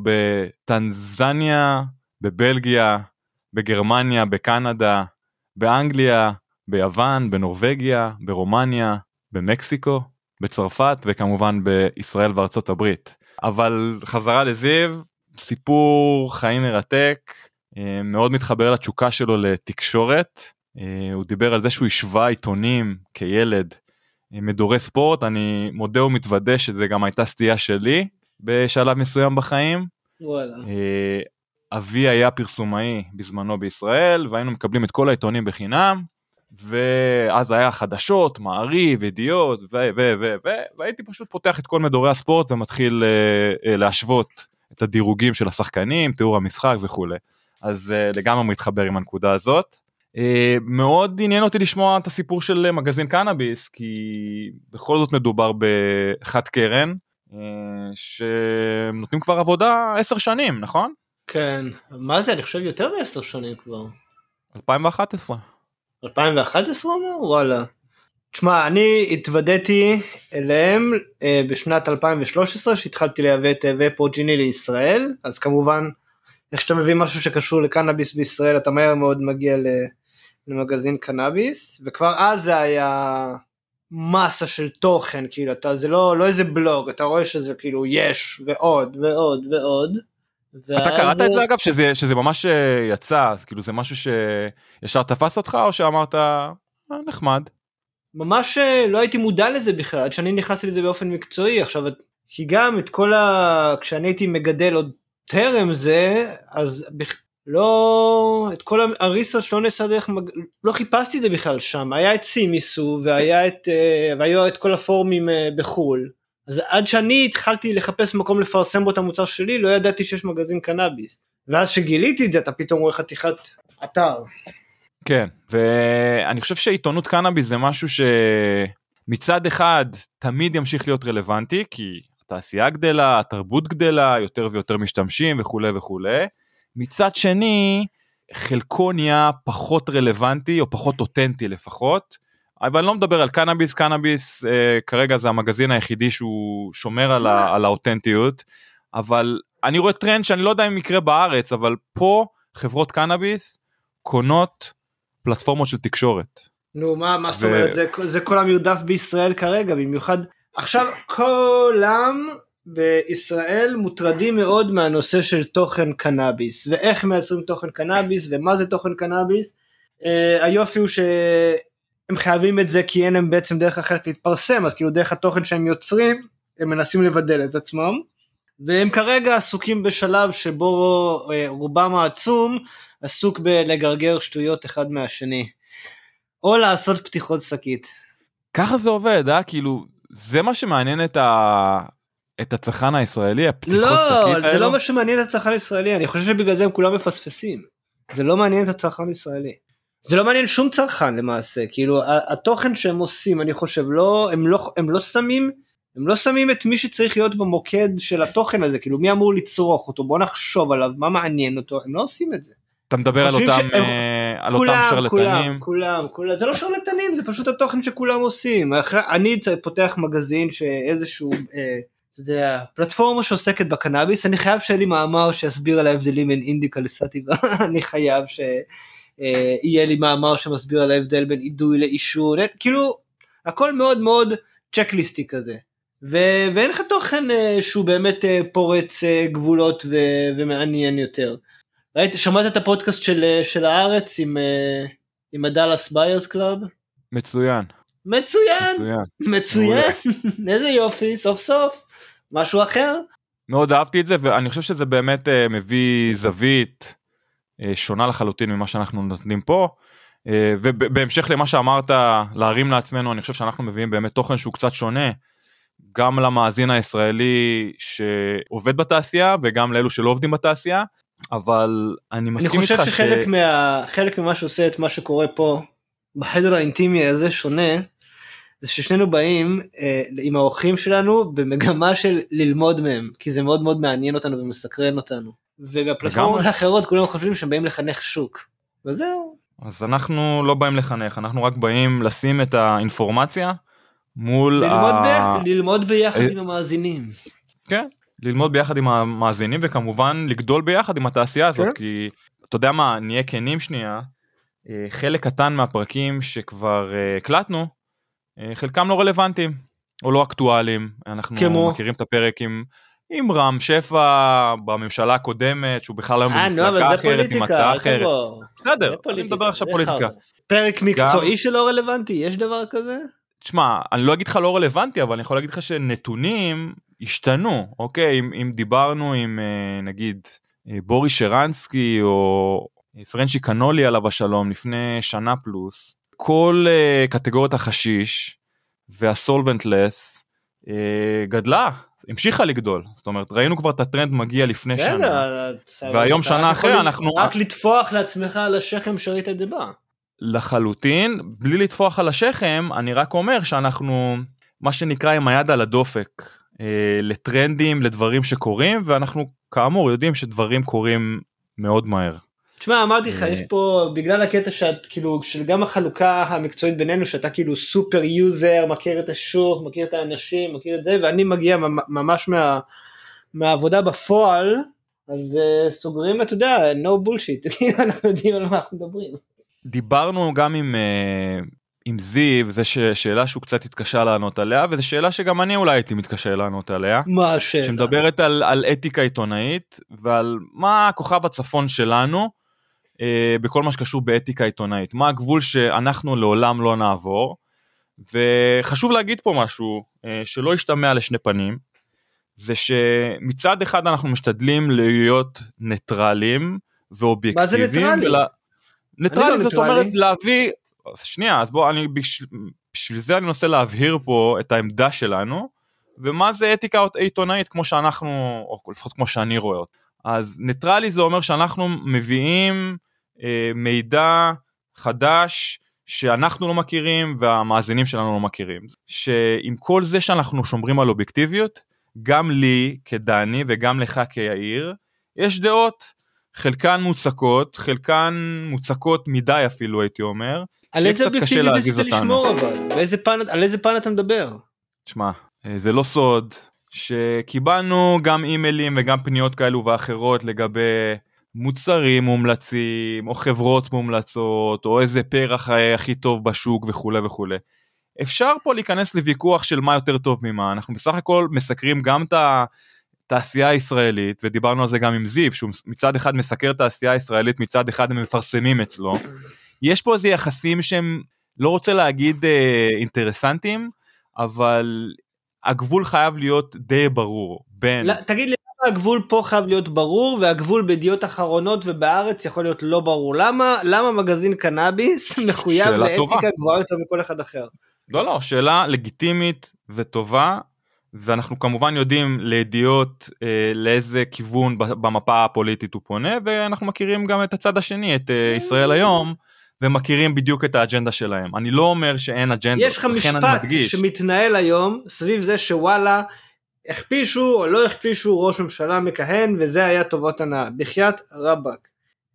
בטנזניה, בבלגיה, בגרמניה, בקנדה, באנגליה, ביוון, בנורווגיה, ברומניה, במקסיקו. בצרפת וכמובן בישראל וארצות הברית. אבל חזרה לזיו, סיפור חיים מרתק, מאוד מתחבר לתשוקה שלו לתקשורת, הוא דיבר על זה שהוא השווה עיתונים כילד, מדורי ספורט, אני מודה ומתוודה שזה גם הייתה סטייה שלי בשלב מסוים בחיים. וואלה. אבי היה פרסומאי בזמנו בישראל, והיינו מקבלים את כל העיתונים בחינם, ואז היה חדשות, מעריב, ידיעות, ו, ו, ו, ו, והייתי פשוט פותח את כל מדורי הספורט, ומתחיל uh, uh, להשוות את הדירוגים של השחקנים, תיאור המשחק וכו'. אז uh, לגמרי מתחבר עם הנקודה הזאת. Uh, מאוד עניין אותי לשמוע את הסיפור של מגזין קנאביס, כי בכל זאת מדובר בחד קרן, uh, שנותנים כבר עבודה עשר שנים, נכון? כן, מה זה? אני חושב יותר מעשר שנים כבר. אלפיים ואחת עשרה. אלפיים ואחת עשרה אומר? וואלה. תשמע, אני התוודעתי אליהם אה, בשנת אלפיים ושלוש עשרה, שהתחלתי לייבא את ופוג'יני לישראל, אז כמובן, איך שאתה מביא משהו שקשור לקנאביס בישראל, אתה מהר מאוד מגיע למגזין קנאביס, וכבר אז זה היה מסה של תוכן, כאילו, אתה, זה לא, לא איזה בלוג, אתה רואה שזה כאילו יש, ועוד, ועוד, ועוד. אתה קראת את זה אגב, שזה, שזה ממש יצא, אז כאילו זה משהו שישר תפס אותך, או שאמרת, נחמד? ממש לא הייתי מודע לזה בכלל, עד שאני נכנסתי לזה באופן מקצועי, עכשיו, כי גם את כל ה... כשאני הייתי מגדל עוד טרם זה, אז בכ... לא... את כל הריסרצ' לא נעשה דרך... מג... לא חיפשתי את זה בכלל שם, היה את סימיסו, והיה את, והיה את כל הפורמים בחול, אז עד שאני התחלתי לחפש מקום לפרסם בו את המוצר שלי, לא ידעתי שיש מגזין קנאביס. ואז שגיליתי את זה, אתה פתאום רואה חתיכת אתר. כן, ואני חושב שעיתונות קנאביס זה משהו שמצד אחד תמיד ימשיך להיות רלוונטי, כי התעשייה גדלה, התרבות גדלה, יותר ויותר משתמשים וכו' וכו'. מצד שני, חלקו נהיה פחות רלוונטי, או פחות אותנטי לפחות, אבל אני לא מדבר על קנאביס, קנאביס אה, כרגע זה המגזין היחידי שהוא שומר על, ה, על האותנטיות, אבל אני רואה טרנד שאני לא יודע אם יקרה בארץ, אבל פה חברות קנאביס קונות פלטפורמות של תקשורת. נו, מה, מה זאת אומרת? זה, זה כל המרדף בישראל כרגע, במיוחד, עכשיו כולם בישראל מוטרדים מאוד מהנושא של תוכן קנאביס, ואיך מייצרים תוכן קנאביס, ומה זה תוכן קנאביס. אה, היופי הוא ש... הם חייבים את זה כי אין הם בעצם דרך אחרת להתפרסם, אז כאילו דרך התוכן שהם יוצרים, הם מנסים לבדל את עצמם, והם כרגע עסוקים בשלב שבו רובם העצום, עסוק בלגרגר שטויות אחד מהשני, או לעשות פתיחות שקית. ככה זה עובד, אה? כאילו, זה מה שמעניין את, ה... את הצרכן הישראלי, הפתיחות לא, שקית האלו? זה לא מה שמעניין את הצרכן הישראלי, אני חושב שבגלל זה הם כולם מפספסים, זה לא מעניין את הצרכן הישראלי. זה לא מעניין שום צרכן למעשה, כאילו התוכן שהם עושים, אני חושב, לא, הם לא, הם לא שמים, הם לא שמים את מי שצריך להיות במוקד של התוכן הזה, כאילו מי אמור לצרוך אותו, בוא נחשוב עליו, מה מעניין אותו, הם לא עושים את זה. אתה מדבר על אותם, שהם, אה, על כולם, אותם שרלטנים? כולם, כולם, כולם, זה לא שרלטנים, זה פשוט התוכן שכולם עושים. אני פותח מגזין שאיזשהו, אה, אתה יודע, פלטפורמה שעוסקת בקנאביס, אני חייב שיהיה לי מאמר שיסביר על ההבדלים בין אינדיקה לסטיבה, אני חייב ש... יהיה לי מאמר שמסביר על ההבדל בין אידוי לאישור, כאילו הכל מאוד מאוד צ'קליסטי כזה, ו- ואין לך תוכן שהוא באמת פורץ גבולות ו- ומעניין יותר. ראית, שמעת את הפודקאסט של, של הארץ עם, עם הדלס ביירס קלאב? מצוין. מצוין, מצוין, איזה יופי, סוף סוף, משהו אחר. מאוד אהבתי את זה, ואני חושב שזה באמת מביא זווית שונה לחלוטין ממה שאנחנו נותנים פה, ובהמשך למה שאמרת, להרים לעצמנו, אני חושב שאנחנו מביאים באמת תוכן שהוא קצת שונה, גם למאזין הישראלי שעובד בתעשייה, וגם לאלו שלא עובדים בתעשייה, אבל אני מסכים איתך ש... אני חושב שחלק ש... מה... חלק ממה שעושה את מה שקורה פה, בחדר האינטימי הזה שונה, זה ששנינו באים אה, עם האורחים שלנו במגמה של ללמוד מהם, כי זה מאוד מאוד מעניין אותנו ומסקרן אותנו. ובפלטפורמות האחרות כולם חושבים שהם באים לחנך שוק. וזהו. אז אנחנו לא באים לחנך, אנחנו רק באים לשים את האינפורמציה מול ללמוד, ה... ב... ללמוד ביחד עם המאזינים. כן, ללמוד ביחד עם המאזינים, וכמובן לגדול ביחד עם התעשייה הזאת, כן? כי אתה יודע מה, נהיה כנים שנייה, חלק קטן מהפרקים שכבר הקלטנו, חלקם לא רלוונטיים, או לא אקטואליים, אנחנו כמו... מכירים את הפרק עם... עם רם שפע בממשלה הקודמת, שהוא בכלל היום במפלגה אחרת, עם הצעה אחרת. בסדר, אני מדבר עכשיו פוליטיקה. פרק מקצועי שלא רלוונטי, יש דבר כזה? תשמע, אני לא אגיד לך לא רלוונטי, אבל אני יכול להגיד לך שנתונים השתנו, אוקיי? אם, אם דיברנו עם, נגיד, בורי שרנסקי, או פרנצ'י קנולי עליו השלום, לפני שנה פלוס, כל קטגוריית החשיש, והסולבנטלס, גדלה, המשיכה לגדול, זאת אומרת, ראינו כבר את הטרנד מגיע לפני שנה, והיום שנה אחרי אנחנו... רק לטפוח לעצמך על השכם שראית את זה בא. לחלוטין, בלי לטפוח על השכם, אני רק אומר שאנחנו, מה שנקרא עם היד על הדופק, לטרנדים, לדברים שקורים, ואנחנו כאמור יודעים שדברים קורים מאוד מהר. תשמע, אמרתי לך, יש פה, בגלל הקטע שאת, כאילו, של גם החלוקה המקצועית בינינו, שאתה כאילו סופר יוזר, מכיר את השוק, מכיר את האנשים, מכיר את זה, ואני מגיע ממש מה, מהעבודה בפועל, אז uh, סוגרים, אתה יודע, no bullshit, אנחנו יודעים על מה אנחנו מדברים. דיברנו גם עם, uh, עם זיו, זו שאלה שהוא קצת התקשה לענות עליה, וזו שאלה שגם אני אולי הייתי מתקשה לענות עליה. מה השאלה? שמדברת על, על אתיקה עיתונאית, ועל מה הכוכב הצפון שלנו, בכל מה שקשור באתיקה עיתונאית, מה הגבול שאנחנו לעולם לא נעבור, וחשוב להגיד פה משהו שלא ישתמע לשני פנים, זה שמצד אחד אנחנו משתדלים להיות ניטרלים ואובייקטיביים. מה זה ניטרלי? ולה... ניטרלי זאת אומרת להביא, שנייה, אז בוא, אני, בשביל, בשביל זה אני מנסה להבהיר פה את העמדה שלנו, ומה זה אתיקה עיתונאית כמו שאנחנו, או לפחות כמו שאני רואה אותה. אז ניטרלי זה אומר שאנחנו מביאים אה, מידע חדש שאנחנו לא מכירים והמאזינים שלנו לא מכירים. שעם כל זה שאנחנו שומרים על אובייקטיביות, גם לי כדני וגם לך כיאיר, יש דעות, חלקן מוצקות, חלקן מוצקות מדי אפילו הייתי אומר. על איזה אובייקטיביות ניסית לשמור אבל? באיזה פן, על איזה פן אתה מדבר? תשמע, זה לא סוד. שקיבלנו גם אימיילים וגם פניות כאלו ואחרות לגבי מוצרים מומלצים או חברות מומלצות או איזה פרח הכי טוב בשוק וכו' וכו'. אפשר פה להיכנס לוויכוח של מה יותר טוב ממה, אנחנו בסך הכל מסקרים גם את התעשייה הישראלית ודיברנו על זה גם עם זיו, שהוא מצד אחד מסקר את התעשייה הישראלית, מצד אחד הם מפרסמים אצלו. יש פה איזה יחסים שהם לא רוצה להגיד אה, אינטרסנטים, אבל... הגבול חייב להיות די ברור, בין... לא, תגיד לי, למה הגבול פה חייב להיות ברור, והגבול בידיעות אחרונות ובארץ יכול להיות לא ברור? למה, למה מגזין קנאביס מחויב לאתיקה גבוהה יותר מכל אחד אחר? לא, לא, שאלה לגיטימית וטובה, ואנחנו כמובן יודעים לידיעות אה, לאיזה כיוון במפה הפוליטית הוא פונה, ואנחנו מכירים גם את הצד השני, את אה, ישראל היום, ומכירים בדיוק את האג'נדה שלהם. אני לא אומר שאין אג'נדה. יש לך משפט שמתנהל היום סביב זה שוואלה, הכפישו או לא הכפישו ראש ממשלה מכהן, וזה היה טובות הנאה. בחייאת רבק.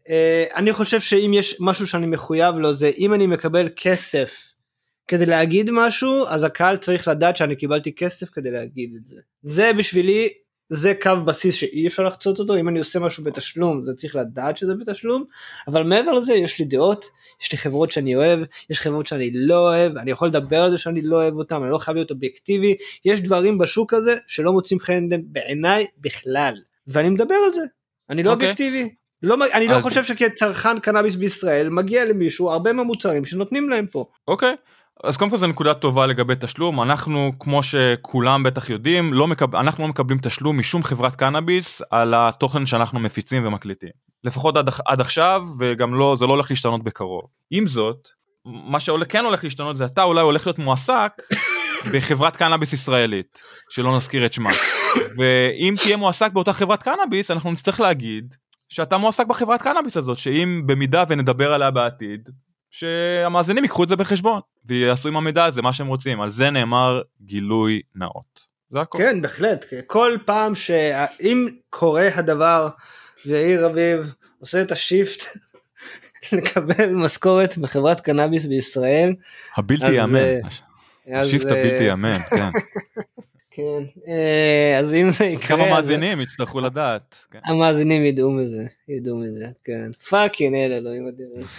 אני חושב שאם יש משהו שאני מחויב לו, זה אם אני מקבל כסף כדי להגיד משהו, אז הקהל צריך לדעת שאני קיבלתי כסף כדי להגיד את זה. זה בשבילי, זה קו בסיס שאי אפשר לחצות אותו, אם אני עושה משהו בתשלום, זה צריך לדעת שזה בתשלום, אבל מעבר לזה יש לי דעות, יש לי חברות שאני אוהב, יש חברות שאני לא אוהב, אני יכול לדבר על זה שאני לא אוהב אותם, אני לא חייב להיות אובייקטיבי, יש דברים בשוק הזה שלא מוצאים חן בעיניי בכלל, ואני מדבר על זה, אני לא okay. אובייקטיבי, לא, אני לא חושב שכצרכן קנאביס בישראל, מגיע למישהו הרבה מהמוצרים שנותנים להם פה. אוקיי. Okay. אז קודם כל זו נקודה טובה לגבי תשלום, אנחנו כמו שכולם בטח יודעים, לא מקב... אנחנו לא מקבלים תשלום משום חברת קנאביס על התוכן שאנחנו מפיצים ומקליטים. לפחות עד, עד עכשיו, וגם לא, זה לא הולך להשתנות בקרוב. עם זאת, מה שכן הולך להשתנות זה אתה אולי הולך להיות מועסק בחברת קנאביס ישראלית, שלא נזכיר את שמה. ואם תהיה מועסק באותה חברת קנאביס, אנחנו נצטרך להגיד שאתה מועסק בחברת קנאביס הזאת, שאם במידה ונדבר עליה בעתיד, שהמאזינים ייקחו את זה בחשבון, ויעשו עם המידע הזה מה שהם רוצים, על זה נאמר גילוי נאות. זה הכל. כן, בהחלט, כל פעם שאם קורה הדבר, ויאיר רביב עושה את השיפט, לקבל משכורת בחברת קנאביס בישראל, הבלתי יאמן, השיפט הבלתי יאמן, כן. כן, אז אם זה יקרה... כמה מאזינים יצטרכו לדעת. המאזינים ידעו מזה, ידעו מזה, כן. פאקינג אלה, אלוהים אדירים.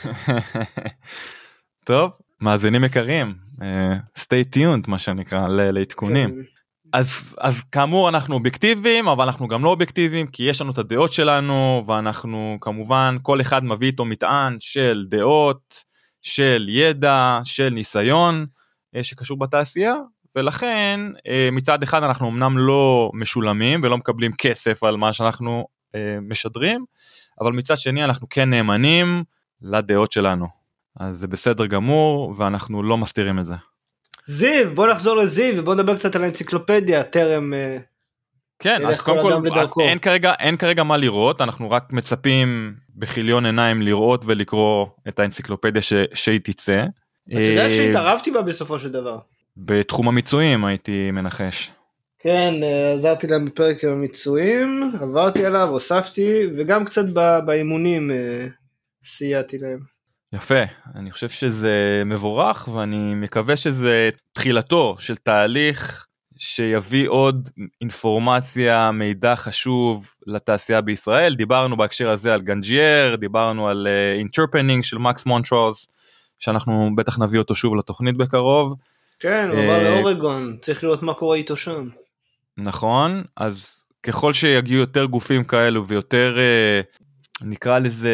טוב, מאזינים יקרים, stay tuned, מה שנקרא, להתקונים. אז, אז כאמור אנחנו אובייקטיביים, אבל אנחנו גם לא אובייקטיביים, כי יש לנו את הדעות שלנו, ואנחנו כמובן, כל אחד מביא איתו מטען של דעות, של ידע, של ניסיון, שקשור בתעשייה, ולכן מצד אחד אנחנו אמנם לא משולמים, ולא מקבלים כסף על מה שאנחנו משדרים, אבל מצד שני אנחנו כן נאמנים לדעות שלנו. אז זה בסדר גמור, ואנחנו לא מסתירים את זה. זיו, בוא נחזור לזיו, ובוא נדבר קצת על האנציקלופדיה, טרם... כן, אז קודם כל, אין כרגע, אין כרגע מה לראות, אנחנו רק מצפים בחיליון עיניים לראות ולקרוא את האנציקלופדיה ש... שהיא תצא. אתה יודע שהתערבתי בה בסופו של דבר. בתחום המיצויים הייתי מנחש. כן, עזרתי להם בפרק עם המיצויים, עברתי עליו, הוספתי, וגם קצת באימונים סייעתי להם. יפה, אני חושב שזה מבורך, ואני מקווה שזה תחילתו של תהליך שיביא עוד אינפורמציה, מידע חשוב לתעשייה בישראל. דיברנו בהקשר הזה על גנג'ייר, דיברנו על אינטרפנינג של מקס מונטרולס, שאנחנו בטח נביא אותו שוב לתוכנית בקרוב. כן, הוא עבר לאורגון, צריך לראות מה קורה איתו שם. נכון, אז ככל שיגיעו יותר גופים כאלו, ויותר נקרא לזה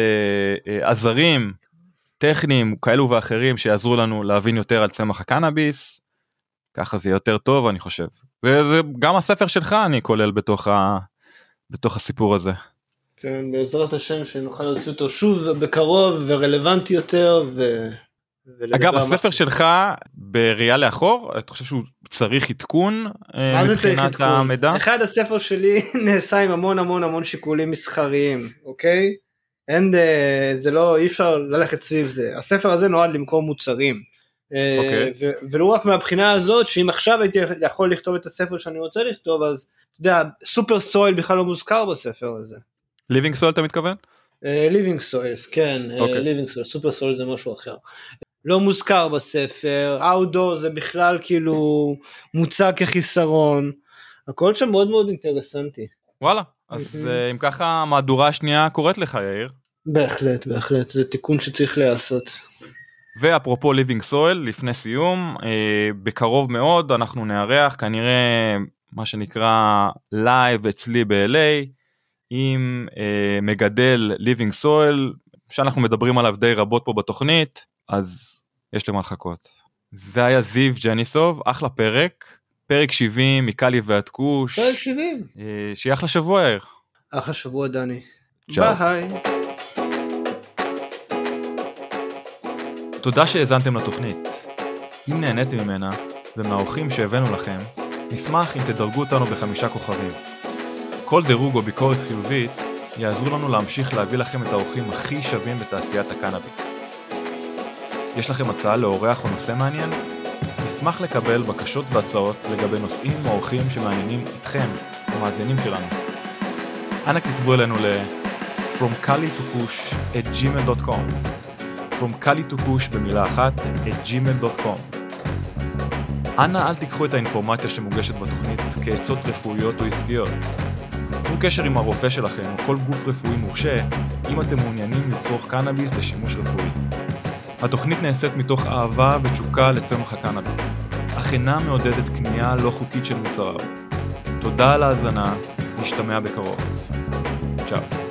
עזרים, טכניים כאלו ואחרים שיעזרו לנו להבין יותר על צמח הקנאביס, ככה זה יותר טוב אני חושב. וגם הספר שלך אני כולל בתוך, ה... בתוך הסיפור הזה. כן, בעזרת השם שנוכל להוציא אותו שוב בקרוב ורלוונטי יותר. ו... אגב, הספר שלך בראייה לאחור, אתה חושב שהוא צריך עדכון מבחינת המידע? אחד, הספר שלי נעשה עם המון המון המון שיקולים מסחריים, אוקיי? אין, זה לא, אי אפשר ללכת סביב זה. הספר הזה נועד למכור מוצרים. Okay. ו- ולא רק מהבחינה הזאת, שאם עכשיו הייתי יכול לכתוב את הספר שאני רוצה לכתוב, אז אתה יודע, סופר סויל בכלל לא מוזכר בספר הזה. ליבינג סויל אתה מתכוון? ליבינג סויל, כן, ליבינג סויל, סופר סויל זה משהו אחר. לא מוזכר בספר, אאוטדור זה בכלל כאילו מוצג כחיסרון, הכל שם מאוד מאוד אינטרסנטי. וואלה, אז אם ככה המהדורה השנייה קוראת לך יאיר. בהחלט, בהחלט, זה תיקון שצריך לעשות. ואפרופו ליבינג סויל, לפני סיום, אה, בקרוב מאוד אנחנו נארח כנראה מה שנקרא לייב אצלי ב-אל איי, עם אה, מגדל ליבינג סויל, שאנחנו מדברים עליו די רבות פה בתוכנית, אז יש למה לחכות. זה היה זיו ג'ניסוב, אחלה פרק, פרק שבעים מקלי ועד כוש. פרק שבעים. אה, שיהיה אחלה שבוע יאיר. אחלה שבוע דני. צ'או. ביי. תודה שהאזנתם לתוכנית. אם נהניתם ממנה ומהאורחים שהבאנו לכם, נשמח אם תדרגו אותנו בחמישה כוכבים. כל דירוג או ביקורת חיובית יעזרו לנו להמשיך להביא לכם את האורחים הכי שווים בתעשיית הקנאביס. יש לכם הצעה לאורח או נושא מעניין? נשמח לקבל בקשות והצעות לגבי נושאים או אורחים שמעניינים אתכם, המאזינים שלנו. אנא כתבו אלינו ל from kali to kush at gmail dot com from kali to kush במילה אחת at gmail dot com. אנא אל תיקחו את האינפורמציה שמוגשת בתוכנית כעצות רפואיות או עסקיות. צרו קשר עם הרופא שלכם או כל גוף רפואי מורשה אם אתם מעוניינים לצרוך קנאביס לשימוש רפואי. התוכנית נעשית מתוך אהבה ותשוקה לצמח הקנאביס, אך אינה מעודדת קנייה לא חוקית של מוצריו. תודה על ההאזנה, נשתמע בקרוב. צ'או.